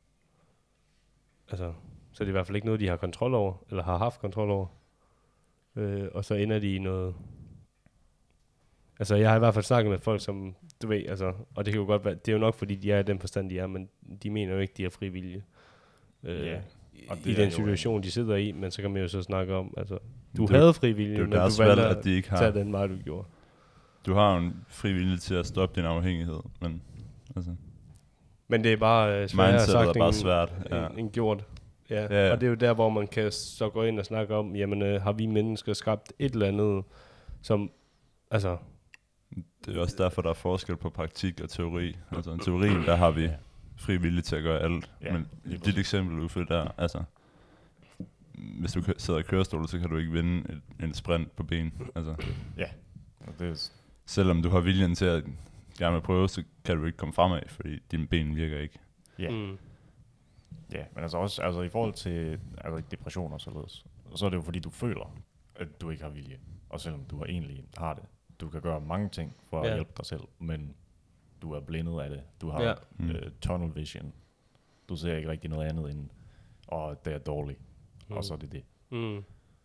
er det i hvert fald ikke noget, de har kontrol over, eller har haft kontrol over. Og så ender de i noget... Altså, jeg har i hvert fald snakket med folk, som, og det kan jo godt være, det er jo nok, fordi de er i den forstand, de er, men de mener jo ikke, de er frivillige. I den situation, de sidder i, men så kan man jo så snakke om, altså, du havde frivillige, men du valgte at de ikke har tage den vej, du gjorde. Du har jo en frivillig til at stoppe din afhængighed, men altså... Men det er bare svært end gjort. Ja. Og det er jo der, hvor man kan så gå ind og snakke om, jamen, har vi mennesker skabt et eller andet, som, altså... Det er også derfor, der er forskel på praktik og teori. Altså, i teorien, der har vi frivilligt til at gøre alt. Men dit eksempel, Uffe, der, altså... Hvis du sidder i kørestol, så kan du ikke vinde en sprint på ben. Altså. Ja. Selvom du har viljen til at gerne vil prøve, så kan du ikke komme fremad, fordi dine ben virker ikke. Ja. Ja, men altså også i forhold til depression og således, så er det jo fordi, du føler, at du ikke har vilje. Og selvom du egentlig har det. Du kan gøre mange ting for at hjælpe dig selv, men du er blindet af det. Du har tunnel vision. Du ser ikke rigtig noget andet end, det er dårligt. Og så er det det.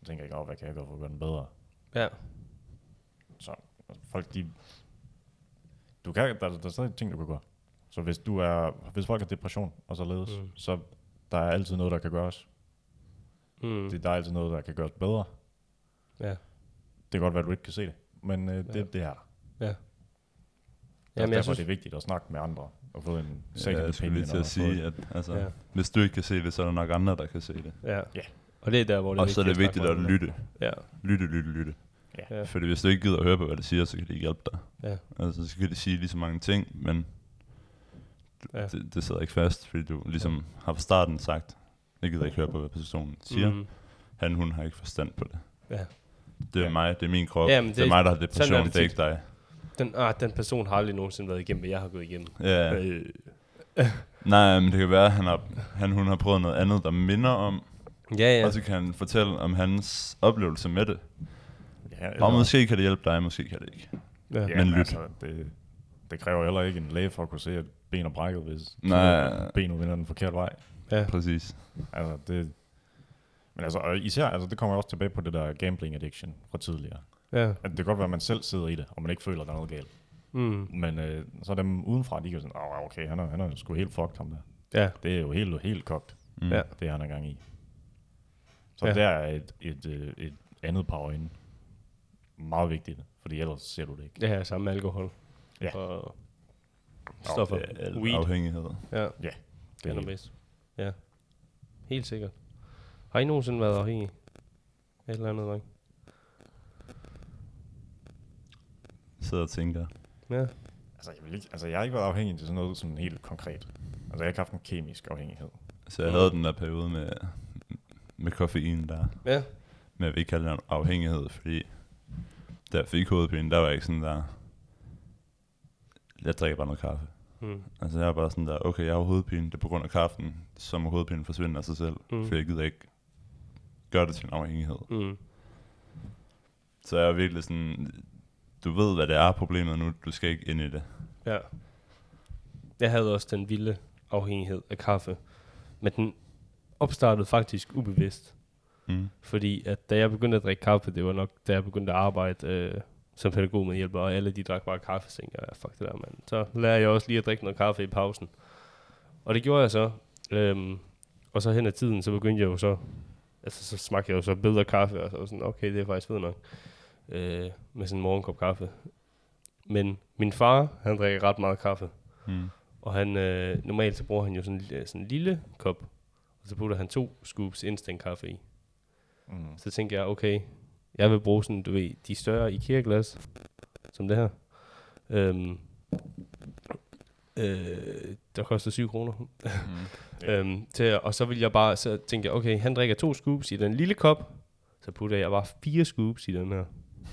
Så tænker jeg, hvad kan jeg gøre for at gøre den bedre? Ja. Så altså, folk, der er stadig ting, du kan gøre. Så hvis folk har depression og så ledes, så der er altid noget, der kan gøres. Der er altid noget, der kan gøres bedre. Ja. Det kan godt være, at du ikke kan se det, men det er der. Ja. Jamen, derfor er det vigtigt at snakke med andre og få en second jeg skulle lige til at sige, at altså, hvis du ikke kan se det, så er der nok andre, der kan se det. Ja. Og det er der, hvor det er og så er det vigtigt at lytte. Ja. Lytte. Ja. Fordi hvis du ikke gider at høre på, hvad det siger, så kan det ikke hjælpe dig. Ja. Altså, så kan det sige lige så mange ting, men det sidder ikke fast, fordi du ligesom har fra starten sagt, jeg gider ikke høre på, hvad personen siger. Hun har ikke forstand på det. Ja. Det er mig, det er min krop, det er mig, der har depression, det er ikke dig. Den person har aldrig nogensinde været igennem, hvad jeg har gået igennem. Ja. Nej, men det kan være, at hun har prøvet noget andet, der minder om. Ja. Og så kan han fortælle om hans oplevelse med det. Ja, og måske kan det hjælpe dig, måske kan det ikke. Ja. Men lyt. Altså, det kræver heller ikke en læge for at kunne se, at ben er brækket, hvis benet vender den forkerte vej. Ja, præcis. Altså, men altså, og især, altså, det kommer også tilbage på det der gambling addiction fra tidligere. Ja. At det kan godt være, at man selv sidder i det, og man ikke føler, at der er noget galt. Men så er dem udenfra, de kan sådan, okay, han er sgu helt fucked ham der. Ja. Det er jo helt kogt, det han er gang i. Så der er et andet par øjne meget vigtigt, fordi ellers ser du det ikke. Det her er samme med alkohol. Ja. Og stoffer. Weed. Afhængighed. Ja. Cannabis. Ja. Helt sikkert. Har I nogensinde været afhængig af et eller andet, ikke? Sidder og tænker. Ja. Altså, jeg har ikke været afhængig til sådan noget sådan helt konkret. Altså, jeg har ikke haft en kemisk afhængighed. Så jeg havde den der periode med koffein der. Ja. Men jeg vil ikke kalde det en afhængighed, fordi da jeg fik hovedpine, der var ikke sådan der, jeg drikker bare noget kaffe. Altså jeg var bare sådan der, okay, jeg har hovedpine, det er på grund af kaffen, så må hovedpinen forsvinde af sig selv, for jeg gider ikke gøre det til en afhængighed. Så jeg er virkelig sådan, du ved hvad det er problemet nu, du skal ikke ind i det. Ja. Jeg havde også den vilde afhængighed af kaffe, men den opstartede faktisk ubevidst. Fordi at da jeg begyndte at drikke kaffe, det var nok da jeg begyndte at arbejde som pædagogmedhjælper, og alle de drak bare kaffe, så tænkte jeg, fuck det der, mand. Så lærte jeg også lige at drikke noget kaffe i pausen. Og det gjorde jeg så. Og så hen ad tiden, så begyndte jeg jo så, altså så smagte jeg jo så bedre kaffe, og så var sådan, okay, det er faktisk fedt nok, med sådan en morgenkop kaffe. Men min far, han drikker ret meget kaffe. Og han, normalt så bruger han jo sådan en lille kop, og så putter han 2 scoops instant kaffe i. Så tænkte jeg, okay, jeg vil bruge sådan, du ved, de større IKEA-glas, som det her. Der koster 7 kroner. Og så vil jeg bare, så tænkte jeg, okay, han drikker 2 scoops i den lille kop, så putter jeg bare 4 scoops i den her.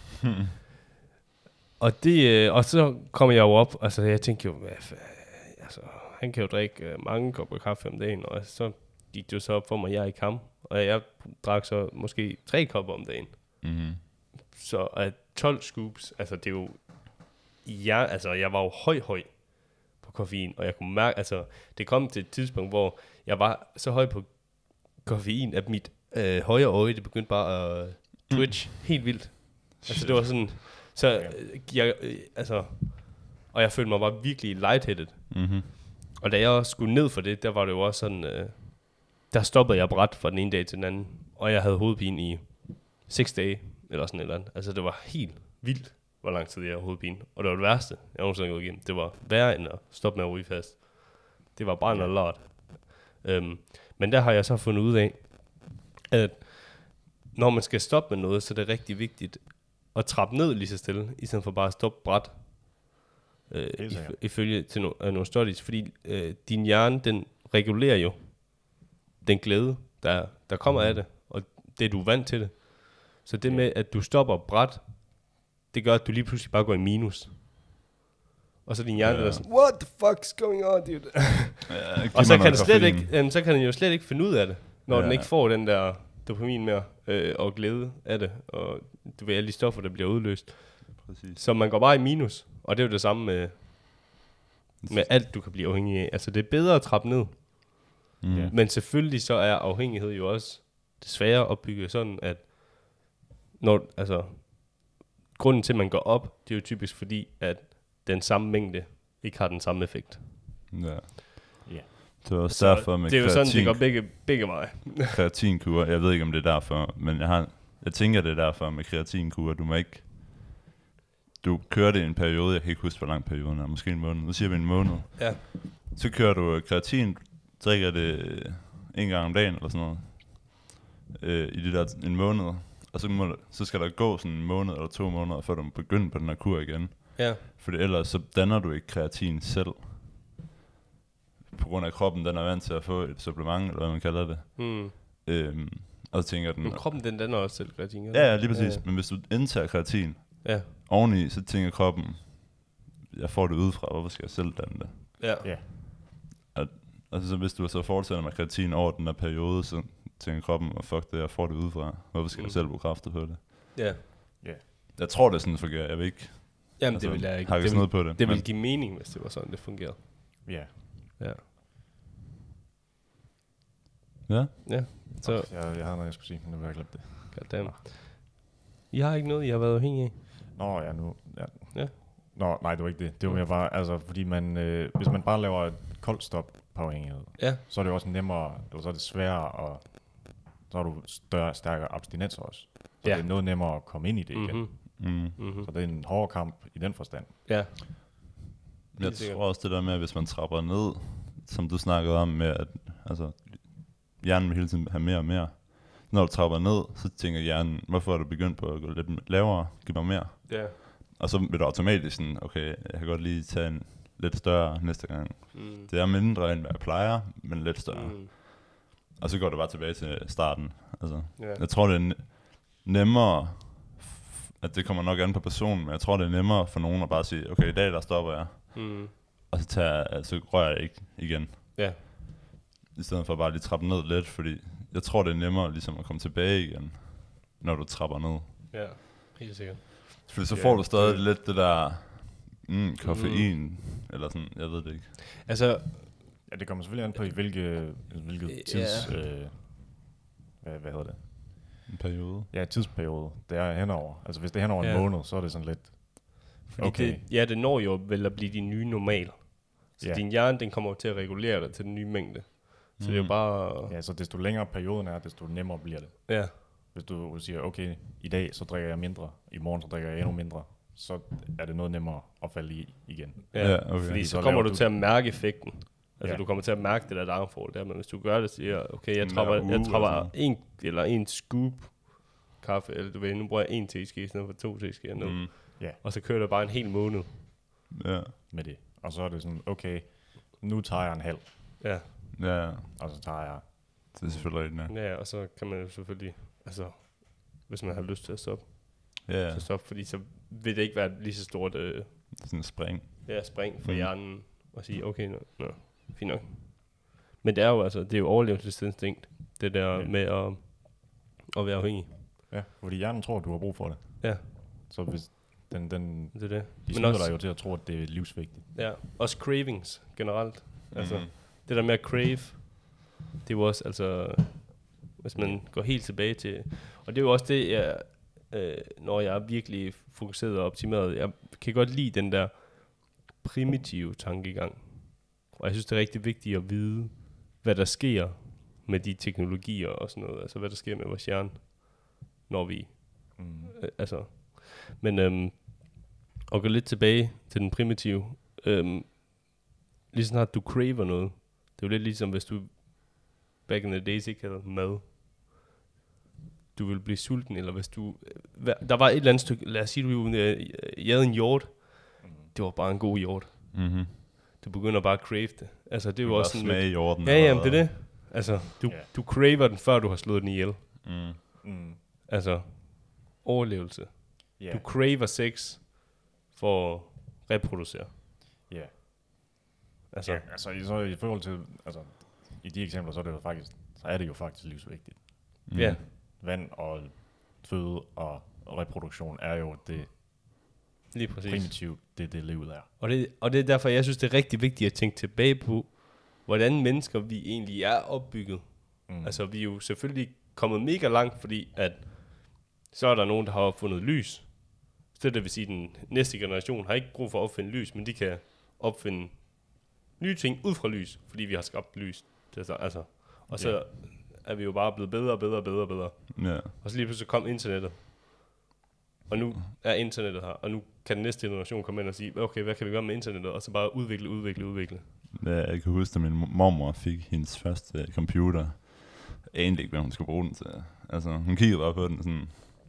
Og så kommer jeg jo op, altså jeg tænkte jo, altså, han kan jo drikke mange kopper kaffe om dagen, og så gik det jo så op for mig, jeg er i kamp, og jeg drak så måske 3 kopper om dagen. Så at 12 scoops, altså det er jo, jeg var jo høj på koffein, og jeg kunne mærke, altså det kom til et tidspunkt, hvor jeg var så høj på koffein, at mit højre øje, det begyndte bare at twitch helt vildt. Altså det var sådan, så og jeg følte mig bare virkelig lightheaded. Og da jeg også skulle ned for det, der var det jo også sådan, der stoppede jeg bræt fra den ene dag til den anden, og jeg havde hovedpine i 6 dage, eller sådan et eller andet. Altså det var helt vildt, hvor lang tid jeg havde hovedpine. Og det var det værste, jeg nogensinde havde gået igennem. Det var værre end at stoppe med at ryge fast. Det var bare noget lort. Men der har jeg så fundet ud af, at når man skal stoppe med noget, så er det rigtig vigtigt at trappe ned lige så stille, i stedet for bare at stoppe bræt. Ifølge til nogle studies, fordi din hjerne, den regulerer jo den glæde, der kommer af det, og det du er vant til det. Så det med, at du stopper bræt, det gør, at du lige pludselig bare går i minus. Og så din hjerne der er sådan, what the fuck's going on, dude? Og så kan den jo slet ikke finde ud af det, når den ikke får den der dopamin mere, og glæde af det, og du ved alle de stoffer, der bliver udløst. Præcis. Så man går bare i minus, og det er jo det samme med alt, du kan blive afhængig af. Altså det er bedre at trappe ned. Men selvfølgelig så er afhængighed jo også desværre opbygget sådan, at grunden til, at man går op, det er jo typisk fordi, at den samme mængde ikke har den samme effekt. Ja. Ja. Det er også derfor med det er jo sådan, det går begge veje. kreatinkur, jeg ved ikke, om det er derfor, men jeg tænker, det er derfor med kreatinkur. Du kører det i en periode, jeg kan ikke huske, hvor lang perioden er, måske en måned. Nu siger vi en måned. Ja. Så kører du kreatin, drikker det en gang om dagen, eller sådan noget, i det der en måned. Og så skal der gå sådan en måned eller 2 måneder, før du begynder på den her kur igen. Ja. For ellers så danner du ikke kreatin selv. På grund af kroppen, den er vant til at få et supplement, eller hvad man kalder det. Og så tænker den... Men kroppen, den danner også selv kreatin, eller? Ja, lige præcis. Ja. Men hvis du indtager kreatin oveni, så tænker kroppen, jeg får det udefra, hvorfor skal jeg selv danne det? Ja. Og så hvis du så fortsætter med kreatin over den der periode, så tænker kroppen, fuck det, jeg får det udefra. Hvorfor skal jeg selv bruge kræfter på det? Ja. Jeg tror, det sådan fungerer. Jeg vil ikke... Jamen, det vil jeg ikke. Det vil give mening, hvis det var sådan, det fungerede. Ja. Ja. Så jeg har noget, jeg skulle sige, men nu har jeg glemt det. Goddamn. I har ikke noget, I har været afhængige af? Nå, ja, nu... Ja. Nå, nej, det var ikke det. Det var mere bare, altså, fordi man... hvis man bare laver et koldt stop på afhængighed, så er det også nemmere, eller så er det sværere, og så har du stærkere abstinens også. Så det er noget nemmere at komme ind i det igen. Så det er en hård kamp i den forstand. Ja. Jeg tror også det der med, at hvis man trapper ned, som du snakkede om med, at altså, hjernen vil hele tiden have mere og mere. Når du trapper ned, så tænker hjernen, hvorfor er du begyndt på at gå lidt lavere, giv mig mere. Ja. Og så vil du automatisk sådan, okay, jeg kan godt lige tage en lidt større næste gang. Det er mindre end hvad jeg plejer, men lidt større. Og så går du bare tilbage til starten. Altså, jeg tror det er nemmere, at det kommer nok an på personen, men jeg tror det er nemmere for nogen at bare sige, okay, i dag der stopper jeg. Og så rører jeg ikke igen. Ja. I stedet for bare lige trappe ned lidt, fordi jeg tror det er nemmere ligesom at komme tilbage igen, når du trapper ned. Ja, helt sikkert. Fordi så får du stadig lidt det der koffein, eller sådan, jeg ved det ikke. Altså, ja, det kommer selvfølgelig an på i hvilket tids... hvad hedder det? En periode? Ja, tidsperiode. Det er henover. Altså hvis det er henover en måned, så er det sådan lidt... Okay. Det når jo vel at blive din nye normal. Så din hjerne, den kommer til at regulere dig til den nye mængde. Så det er jo bare... Ja, så desto længere perioden er, desto nemmere bliver det. Ja. Hvis du siger, okay, i dag så drikker jeg mindre, i morgen så drikker jeg endnu mindre, så er det noget nemmere at falde i igen. Ja, okay. Fordi så kommer du til at mærke effekten. Altså du kommer til at mærke det der downfall der, men hvis du gør det, siger okay, jeg trapper en scoop kaffe, eller du ved, nu bruger jeg 1 teske i stedet for 2 teske nu. Og så kører du bare en hel måned. Med det. Og så er det sådan, okay, nu tager jeg en halv. Ja. Og så tager jeg... Det er selvfølgelig rigtigt. Ja, og så kan man jo selvfølgelig, altså, hvis man har lyst til at stoppe, så stoppe, fordi så vil det ikke være lige så stort... sådan en spring. Ja, spring for hjernen, og sige, okay, nå, fint nok. Men det er jo altså, det er jo overlevelsesinstinkt, det der med at være afhængig. Ja, fordi hjernen tror, at du har brug for det. Ja. Så hvis den det er det. De snyder dig jo til at tro, at det er livsvigtigt. Ja, også cravings generelt. Altså, det der med at crave, det er jo også, altså, hvis man går helt tilbage til, og det er jo også det, jeg, når jeg er virkelig fokuseret og optimeret, jeg kan godt lide den der primitive tankegang. Og jeg synes, det er rigtig vigtigt at vide, hvad der sker med de teknologier og sådan noget, altså hvad der sker med vores hjerne, når vi, altså, men at gå lidt tilbage til den primitive, lige snart du craver noget, det er jo lidt ligesom, hvis du back in the days ikke havde mad, du vil blive sulten, eller hvis du, der var et eller andet stykke, lad os sige, du jagede en hjort, det var bare en god hjort. Du begynder bare at crave det. Altså, det er jo også sådan smage hjorten. Ja, jamen, det er det. Altså, du craver den, før du har slået den ihjel. Altså, overlevelse. Du craver sex for at reproducere. Altså, så i forhold til, altså, i de eksempler, så er det jo faktisk livsvigtigt. Ja. Vand og føde og reproduktion er jo det lige præcis primitivt, det livet er. Og det er derfor, jeg synes, det er rigtig vigtigt at tænke tilbage på, hvordan mennesker vi egentlig er opbygget. Altså, vi er jo selvfølgelig kommet mega langt, fordi at Så er der nogen, der har opfundet lys. Så det vil sige, at den næste generation har ikke brug for at opfinde lys, men de kan opfinde nye ting ud fra lys, fordi vi har skabt lys. Altså, og så er vi jo bare blevet bedre og bedre og bedre og bedre. Ja. Og så lige pludselig kom internettet. Og nu er internettet her, og nu kan den næste generation komme ind og sige, okay, hvad kan vi gøre med internettet? Og så bare udvikle. Ja, jeg kan huske, at min mormor fik hendes første computer. Jeg anede ikke, hvad hun skulle bruge den til. Altså, hun kiggede bare på den sådan...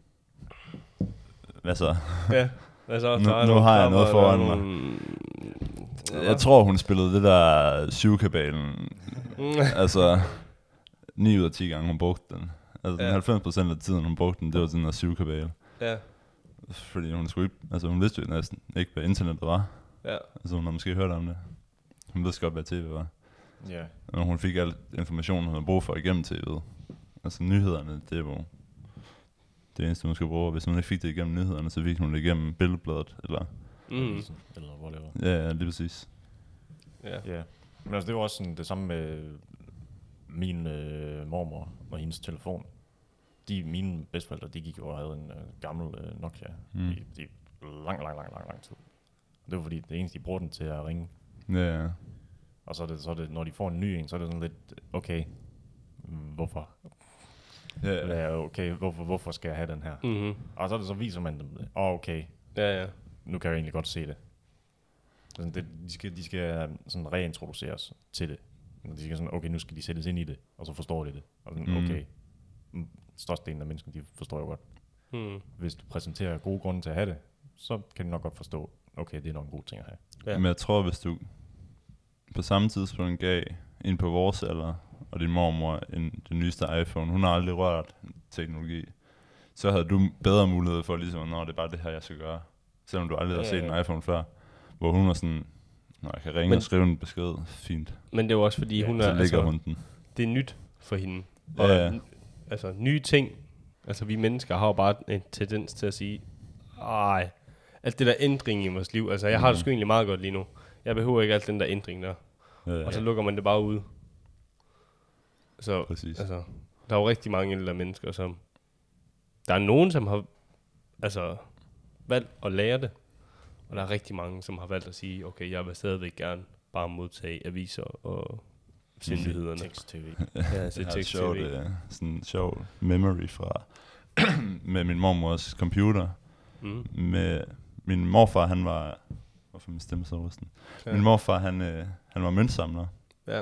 Hvad så? Ja, hvad så? Nu har jeg noget foran mig. Jeg tror, hun spillede det der syvkabalen. Altså, 9 ud af 10 gange, hun brugte den. Altså, 90% af tiden, hun brugte den, det var sådan en syvkabale. Ja. Fordi hun skulle ikke... Altså, hun vidste jo næsten ikke, hvad internettet var. Ja. Altså, hun har måske hørt om det. Hun vidste godt, hvad tv var. Ja. Og hun fik al information, hun havde brug for igennem tv'et. Altså, nyhederne, det var det eneste, hun skulle bruge. Hvis hun ikke fik det igennem nyhederne, så fik hun det igennem Billedbladet, eller... Eller whatever. Ja, lige præcis. Ja. Men altså, det var også sådan det samme med min mormor og hendes telefon. Mine bedsteforældre, de gik jo og havde en gammel Nokia i lang tid. Det var fordi, det eneste, de brugte den til at ringe. Ja. Og så er det, når de får en ny en, så er det sådan lidt, okay, hvorfor? Ja. Okay, hvorfor skal jeg have den her? Mm-hmm. Og så viser man dem det. Okay, Ja. nu kan jeg egentlig godt se det. Sådan de skal sådan reintroduceres til det. De skal sådan, okay, nu skal de sættes ind i det, og så forstår de det. Og sådan, okay, størstedelen af mennesker, de forstår jo godt. Hvis du præsenterer gode grunde til at have det, så kan de nok godt forstå, okay, det er nok en god ting at have. Ja. Men jeg tror, hvis du på samme tidspunkt gav ind på vores alder, og din mormor den nyeste iPhone, hun har aldrig rørt teknologi, så havde du bedre mulighed for ligesom, det er bare det her, jeg skal gøre. Selvom du aldrig har set en iPhone før, hvor hun var sådan, når jeg kan ringe og skrive en besked, fint. Men det er jo også fordi, hun er... Så ligger hun den. Det er nyt for hende. Og altså, nye ting, altså vi mennesker har jo bare en tendens til at sige, alt det der ændring i vores liv, altså jeg har det sgu egentlig meget godt lige nu. Jeg behøver ikke alt den der ændring der. Og så lukker man det bare ud. Så præcis. Altså, der er jo rigtig mange ældre mennesker, som... Der er nogen, som har valgt at lære det. Og der er rigtig mange, som har valgt at sige, okay, jeg vil stadigvæk gerne bare modtage aviser og se nyhederne. Tekst-tv. Ja, se tekst-tv. Det er sådan en sjov memory fra med min mormors computer. Med min morfar, han var... Hvorfor min stemme så rusten? Ja. Min morfar, han var møntsamler. Ja.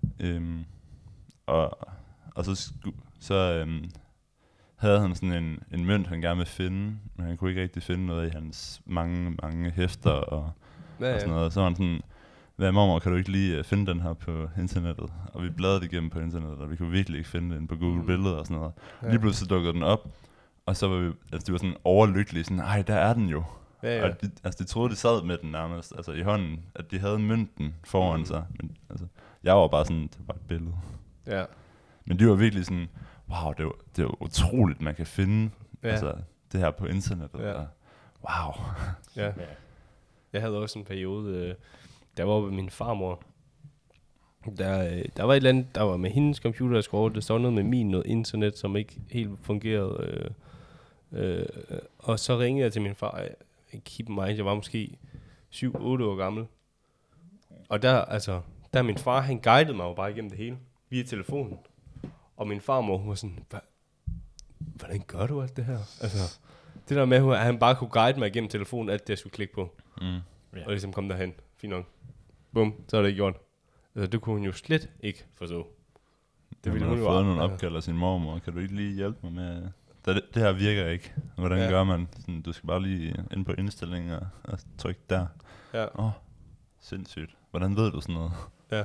Og så havde han sådan en mønt, han gerne ville finde, men han kunne ikke rigtig finde noget i hans mange hæfter og sådan noget. Så var han sådan, hvad mormor, kan du ikke lige finde den her på internettet? Og vi bladrede igennem på internettet, og vi kunne virkelig ikke finde den på Google Billeder og sådan noget. Ja. Lige pludselig dukkede den op, og så var vi, altså de var sådan overlykkelige, sådan, ej, der er den jo. Ja. Og de troede, de sad med den nærmest, altså i hånden, at de havde mønten foran sig. Men altså, jeg var bare sådan, det var et billede. Ja. Men de var virkelig sådan, wow, det er utroligt, man kan finde altså, det her på internettet. Ja. Wow. Ja. Jeg havde også en periode, der var med min farmor. Der var et eller andet, der var med hendes computer, der skulle det stod noget med noget internet, som ikke helt fungerede. Og så ringede jeg til min far. Keep in mind, jeg var måske 7-8 år gammel. Og der min far, han guidede mig jo bare igennem det hele, via telefonen. Og min farmor, hun var sådan, hvordan gør du alt det her? Altså, det der med, at han bare kunne guide mig igennem telefonen, alt det, jeg skulle klikke på. Og ligesom kom derhen. Fint nok. Bum, så er det gjort. Altså, det kunne hun jo slet ikke forstå. Det ville hun jo fået nogle opkald af sin mormor. Kan du ikke lige hjælpe mig med... Det her virker ikke. Hvordan gør man? Sådan, du skal bare lige ind på indstillinger og trykke der. Ja. Sindssygt. Hvordan ved du sådan noget? Ja.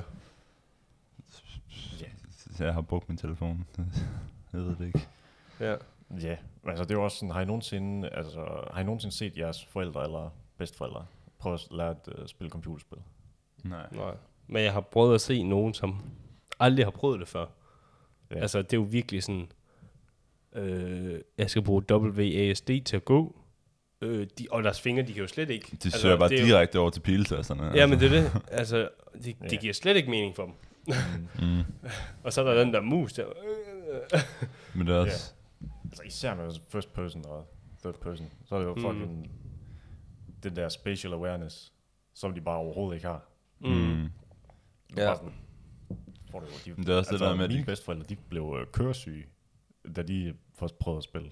Jeg har brugt min telefon. Jeg ved det ikke. Ja. Ja, altså det er jo også sådan, har I nogensinde set jeres forældre eller bedsteforældre prøve at lære at spille computerspil? Nej. Men jeg har prøvet at se nogen, som aldrig har prøvet det før. Ja. Altså det er jo virkelig sådan, jeg skal bruge WASD til at gå. Og deres fingre, de kan jo slet ikke... De søger bare direkte over til piletasterne. Ja, men det er det. Altså, det giver slet ikke mening for dem. Og så er der den der mus der. Men det er også... Altså især med first person og third person, så er det jo fucking den der spatial awareness, som de bare overhovedet ikke har. Ja. Det er også det der med, mine bedsteforældre, de blev køresyge, da de først prøvede at spille.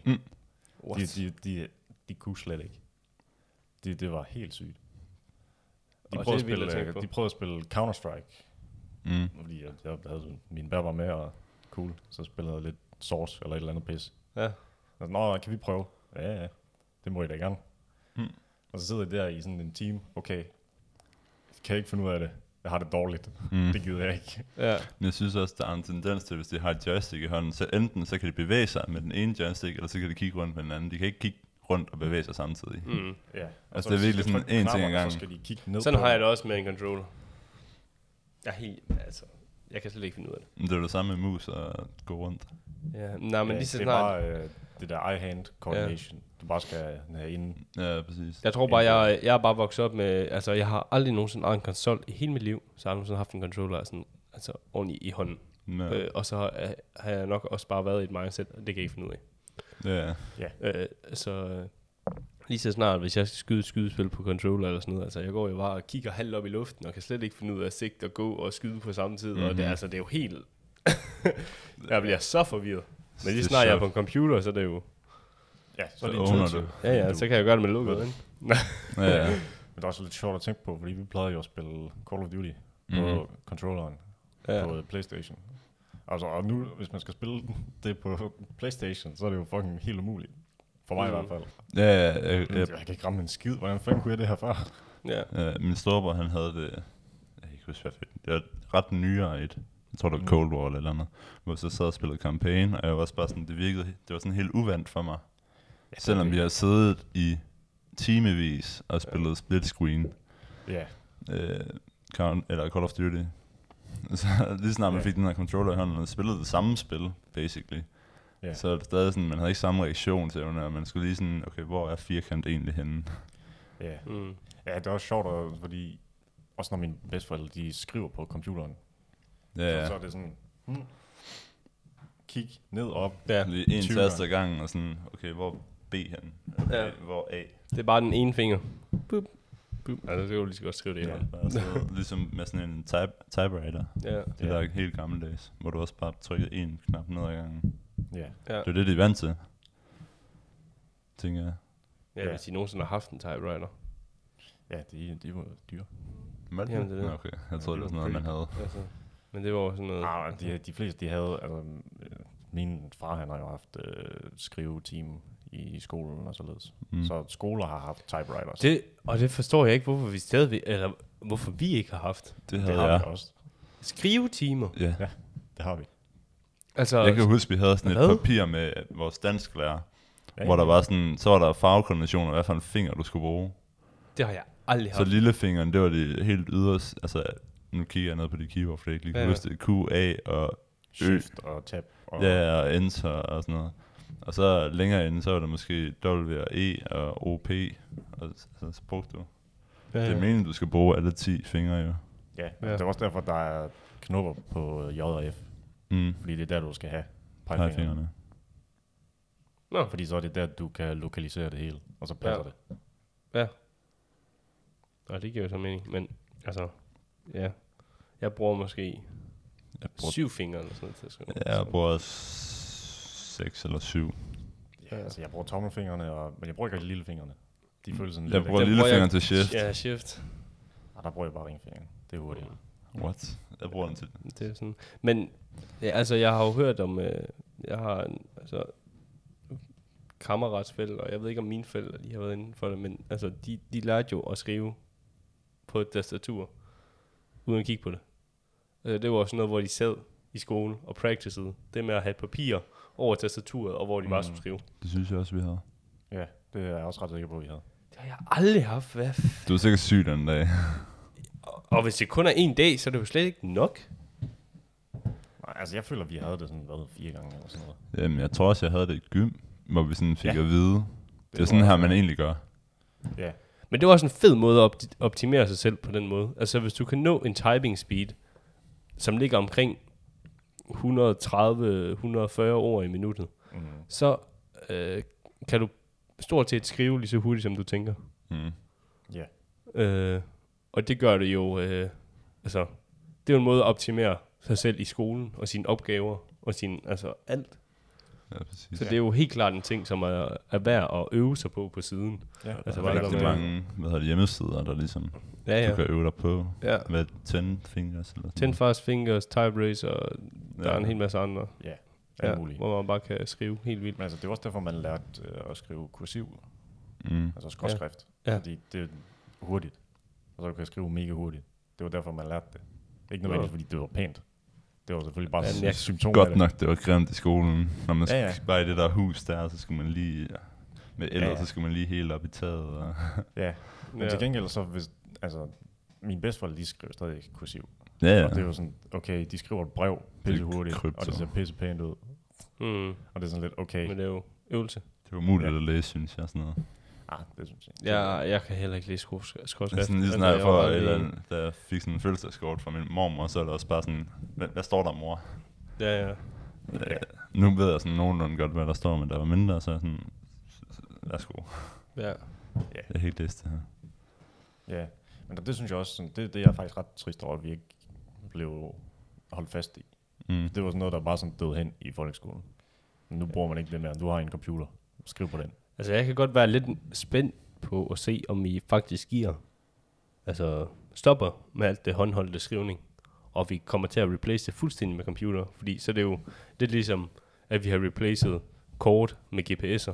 De kunne slet ikke. Det var helt sygt. De prøvede at spille Counter-Strike. Fordi jeg havde min bær var med, og cool, så spillede jeg lidt Source eller et eller andet pis. Ja. Nå, kan vi prøve? Ja, det må I da gerne. Og så sidder jeg der i sådan en team, okay, kan jeg ikke finde ud af det? Jeg har det dårligt. Det gider jeg ikke. Ja. Men jeg synes også, der er en tendens til, hvis de har et joystick i hånden, så enten så kan de bevæge sig med den ene joystick, eller så kan de kigge rundt med den anden. De kan ikke kigge rundt og bevæge sig samtidig. Ja. Altså det er virkelig sådan en ting ad gangen. Så skal de kigge ned. Sådan har jeg det også med en controller. Jeg kan slet ikke finde ud af det. Men det er det samme med mus og gå rundt. Ja, nej, men lige så det er bare det der eye-hand coordination, du bare skal have inden. Ja, præcis. Jeg tror bare, jeg er bare vokset op med, altså jeg har aldrig nogensinde ejet en konsol i hele mit liv, så jeg har nogensinde haft en controller sådan, altså ordentligt i hånden. Ja. Og så har jeg nok også bare været i et mindset, og det kan jeg ikke finde ud af. Ja. Så lige så snart, hvis jeg skal skyde skydespil på controller eller sådan noget, altså jeg går jo bare og kigger halvt op i luften, og kan slet ikke finde ud af at sigte og gå og skyde på samme tid, og det er jo helt... jeg bliver så forvirret. Men lige snart jeg er på en computer, så er det jo... Ja, så er det intuitivt. Ja, så kan jeg gøre det med lukket. Ja. Men det er også lidt sjovt at tænke på, fordi vi plejede jo at spille Call of Duty på controlleren på PlayStation. Altså, og nu, hvis man skal spille det på PlayStation, så er det jo fucking helt umuligt. For mig i hvert fald. Jeg kan ikke ramme en skid. Hvordan fanden kunne jeg det her før? Min storebror, han havde det... Jeg kan ikke huske, det var ret nyere et. Jeg tror, det var Cold War eller andet. Hvor jeg så sad og spillede campaign, og jeg var også bare sådan, det var sådan helt uvandt for mig. Ja, selvom vi har siddet i timevis og spillet split screen. Ja. Eller Call of Duty. Så lige snart man fik den her controller i hånden, og spillede det samme spil, basically. Yeah. Så er det stadig sådan, man havde ikke samme reaktion til det, og man skulle lige sådan, okay, hvor er firkant egentlig henne? Ja, ja, det er også sjovt, fordi også når mine bedsteforældre, de skriver på computeren, så er det sådan, kig ned op. Ja. Lige en tast ad gangen, og sådan, okay, hvor er B hen? Okay, hvor A? Det er bare den ene finger. Boop. Altså, det kan du lige så godt skrive det her. Ja, ligesom med sådan en typewriter. Ja. Det er der helt gammeldags, hvor du også bare trykker en knap ned ad gangen. Ja. Det er det, de er vant til, tænker jeg. Ja, hvis de nogensinde har haft en typewriter. Ja, de var dyre. Jamen, det er det. Okay, jeg troede, det var sådan noget, man havde. Altså, men det var sådan noget... De fleste, de havde... Altså, min far, han har jo haft skriveteam i skolen og således. Så skoler har haft typewriters. Det forstår jeg ikke, hvorfor vi stadigvæk... Eller hvorfor vi ikke har haft. Det har vi også. Skrivetimer? Ja, det har vi. Altså, jeg kan huske, vi havde sådan et papir med vores dansklærer, hvor der var sådan, så var der farvekombinationer, hvad for en finger du skulle bruge. Det har jeg aldrig haft. Så lillefingeren, det var det helt yderst, altså nu kigger jeg ned på de keyboard, for jeg ikke lige kan huske det, Q, A og Shift og Tab. Og Enter og sådan noget. Og så længere inde, så var der måske W og E og O, P, og så brugte du. Ja. Det er meningen, du skal bruge alle 10 fingre jo. Ja, det er også derfor, der er knopper på J og F. Fordi det er der, du skal have pegefingrene. Nå. Fordi så er det der, du kan lokalisere det hele, og så passer det. Ja. Og det giver jo så mening, men altså, ja. Jeg bruger måske 7 fingre eller sådan noget. Jeg bruger 6 eller 7. Ja, altså jeg bruger tommelfingrene, men jeg bruger ikke lillefingrene. De føles sådan jeg bruger lillefingeren til shift. Ja, shift. Og der bruger jeg bare ringfingeren. Det er hurtigt. What? Jeg bruger den til det er sådan. Men ja, altså jeg har jo hørt om jeg har en kammeratsfælder, og jeg ved ikke om mine forældre de har været inden for det, men altså de lærte jo at skrive på et tastatur uden at kigge på det. Altså, det var sådan noget, hvor de sad i skole og practicede det med at have papir over tastaturet, og hvor de bare skulle skrive. Det synes jeg også, vi havde. Ja, det er jeg også ret sikker på, vi havde. Det har jeg aldrig haft. Du er sikkert syg den dag. Og hvis det kun er en dag, så er det jo slet ikke nok. Nej, altså jeg føler, vi havde det sådan, 4 gange eller sådan noget. Jamen, jeg tror også, jeg havde det i gym, hvor vi sådan fik at vide. Det er sådan her, man egentlig gør. Ja. Men det var også en fed måde at optimere sig selv på den måde. Altså hvis du kan nå en typing speed, som ligger omkring 130-140 ord i minuttet, så kan du stort set skrive lige så hurtigt, som du tænker. Ja. Og det gør det jo, altså, det er jo en måde at optimere sig selv i skolen, og sine opgaver, og altså alt. Ja, præcis. Så det er jo helt klart en ting, som er værd at øve sig på siden. Ja, altså, der er rigtig mange hjemmesider, der ligesom du kan øve dig på. Ja. Med 10 fingers. Eller 10 fast fingers, type racer, og der er en hel masse andre. Ja, hvor man bare kan skrive helt vildt. Men altså, det er også derfor, man lærte at skrive kursiv. Altså skråskrift. Ja. Fordi det er hurtigt. Og så kan jeg skrive mega hurtigt. Det var derfor, man lærte det. Ikke nødvendigvis, fordi det var pænt. Det var selvfølgelig bare symptomer. Godt nok, det var grimt i skolen. Når man bare i det der hus der, så skulle man lige... så skulle man lige helt op i taget. Og Men til gengæld så, hvis... Altså, mine bedsteforældre, de skrev stadig kursiv. Ja. Og det er jo sådan, okay, de skriver et brev pisse hurtigt, og det ser pisse pænt ud. Og det er sådan lidt, okay. Men det er jo øvelse. Det var muligt at læse, synes jeg, sådan noget. Det synes jeg. Ja, jeg kan heller ikke læse skråskrift. Sådan lige snart da jeg fik sådan en fødselsdagskort fra min mormor, så er det også bare sådan, hvad står der, mor? Ja. Nu ved jeg sådan nogenlunde godt, hvad der står, men der var mindre, så sådan, værsgo. Ja. Det er helt det her. Ja, men det synes jeg også, sådan, det er faktisk ret trist over, at vi ikke blev holdt fast i. Det var sådan noget, der bare sådan døde hen i folkeskolen. Men nu bruger man ikke det mere. Du har en computer. Skriv på den. Altså, jeg kan godt være lidt spændt på at se, om I faktisk stopper med alt det håndholdte skrivning, og vi kommer til at replace det fuldstændig med computer, fordi så er det jo lidt ligesom, at vi har replaced kort med GPS'er,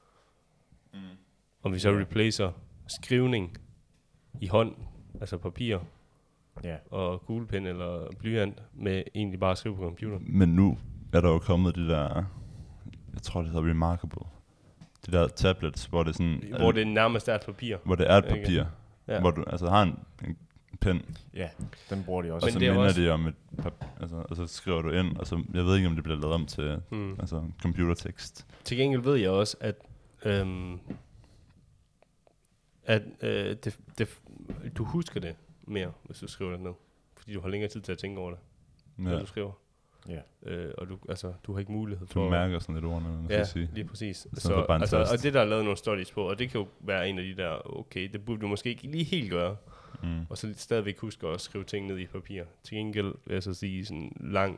og vi så replacer skrivning i hånd, altså papir, og kuglepen eller blyant, med egentlig bare at skrive på computer. Men nu er der jo kommet det der, jeg tror det hedder Remarkable, de der tablets, hvor det sådan... Hvor det nærmest er et papir. Hvor det er et papir. Ja. Hvor du altså har en pen. Ja, den bruger de også. Og så minder det om et og så skriver du ind, og så, jeg ved ikke, om det bliver lavet om til computertekst. Til gengæld ved jeg også, at du husker det mere, hvis du skriver det ned. Fordi du har længere tid til at tænke over det, når du skriver. Ja. Og du har ikke mulighed for... Du mærker sådan lidt ordene, man skal sige. Ja, lige præcis. Og det der er lavet nogle studies på, og det kan jo være en af de der, okay, det burde du måske ikke lige helt gøre. Og så stadigvæk huske at skrive ting ned i papir. Til gengæld vil jeg så sige sådan en lang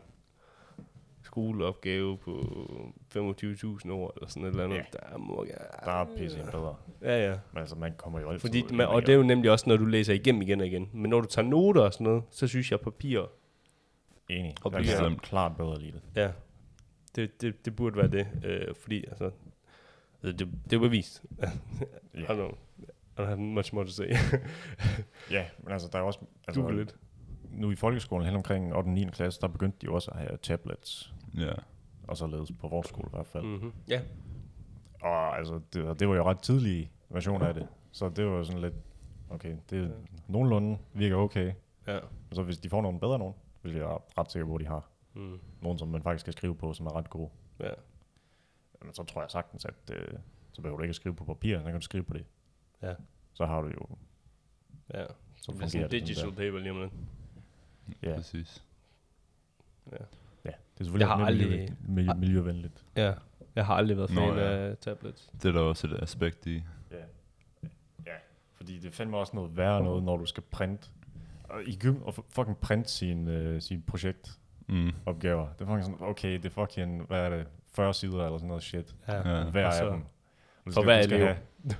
skoleopgave på 25.000 år, eller sådan et eller andet. Der er pisse bedre. Ja. Men altså, man kommer jo altid... Fordi, og det er jo nemlig også, når du læser igennem igen og igen. Men når du tager noter og sådan noget, så synes jeg papir... Enig. Og jeg er klart bedre lige det. Ja. Det burde være det. Fordi, altså det er bevist. I don't have much more to say. Ja, men altså, der er også... Altså, Google lidt. Nu i folkeskolen, hen omkring 8. og 9. klasse, der begyndte de også at have tablets. Ja. Og så ledes på vores skole i hvert fald. Ja. Og altså, det var jo ret tidlige version af det. Så det var sådan lidt... Okay, det nogenlunde virker okay. Ja. Og så hvis de får nogle bedre nogen, vil jeg være ret sikker på, at de har. Nogen, som man faktisk skal skrive på, som er ret gode. Ja. Men så tror jeg sagtens, at så behøver du ikke at skrive på papir, så kan du skrive på det. Ja. Så har du jo... Ja. Så det er sådan digital paper lige om lidt. Ja. Præcis. Ja. Det er selvfølgelig miljøvenligt. Ja. Jeg har aldrig været fan af tablets. Det er der også et aspekt i. Ja. Fordi det fandme også noget værre noget, når du skal printe. Og fucking printe sin projektopgaver. Det er fucking sådan, okay, det er fucking, hvad er det, 40 sider eller sådan noget shit. Ja. Hver af dem. For hver elev.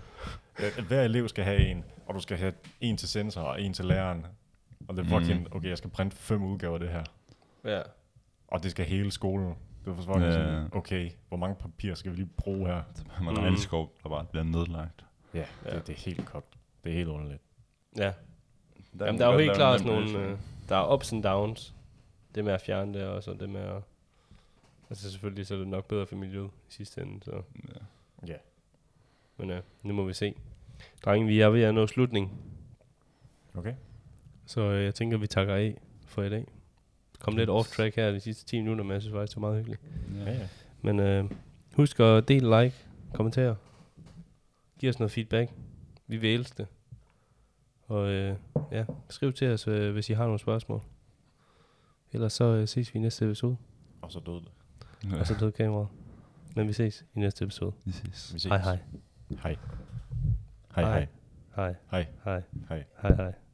Hver elev skal have en, og du skal have en til sensor og en til læreren. Og det er fucking, okay, jeg skal printe 5 udgaver af det her. Ja. Og det skal hele skolen. Det er for sådan, okay, hvor mange papir skal vi lige bruge her? Man er skov, der bare bliver nedlagt. Ja, det er helt kogt. Det er helt underligt. Ja. Jamen, der er jo helt klart sådan nogle, der er ups and downs. Det med at fjerne det, og så det med at... Altså selvfølgelig, så er det nok bedre for miljøet i sidste ende, så... Ja. Men nu må vi se. Drenge, vi er ved at nå slutning. Okay. Så jeg tænker, vi takker af for i dag. Kom lidt off-track her de sidste 10 minutter, men jeg synes faktisk, det var meget hyggeligt. Ja. Men husk at dele, like, kommentere. Giv os noget feedback. Vi vil elske det. Og skriv til os, hvis I har nogle spørgsmål. Ellers så ses vi i næste episode. Og så døde det. Og så døde kameraet. Men vi ses i næste episode. Vi ses. Hej hej. Hej. Hej, hej. Hej. Hej. Hej. Hej. Hej hej.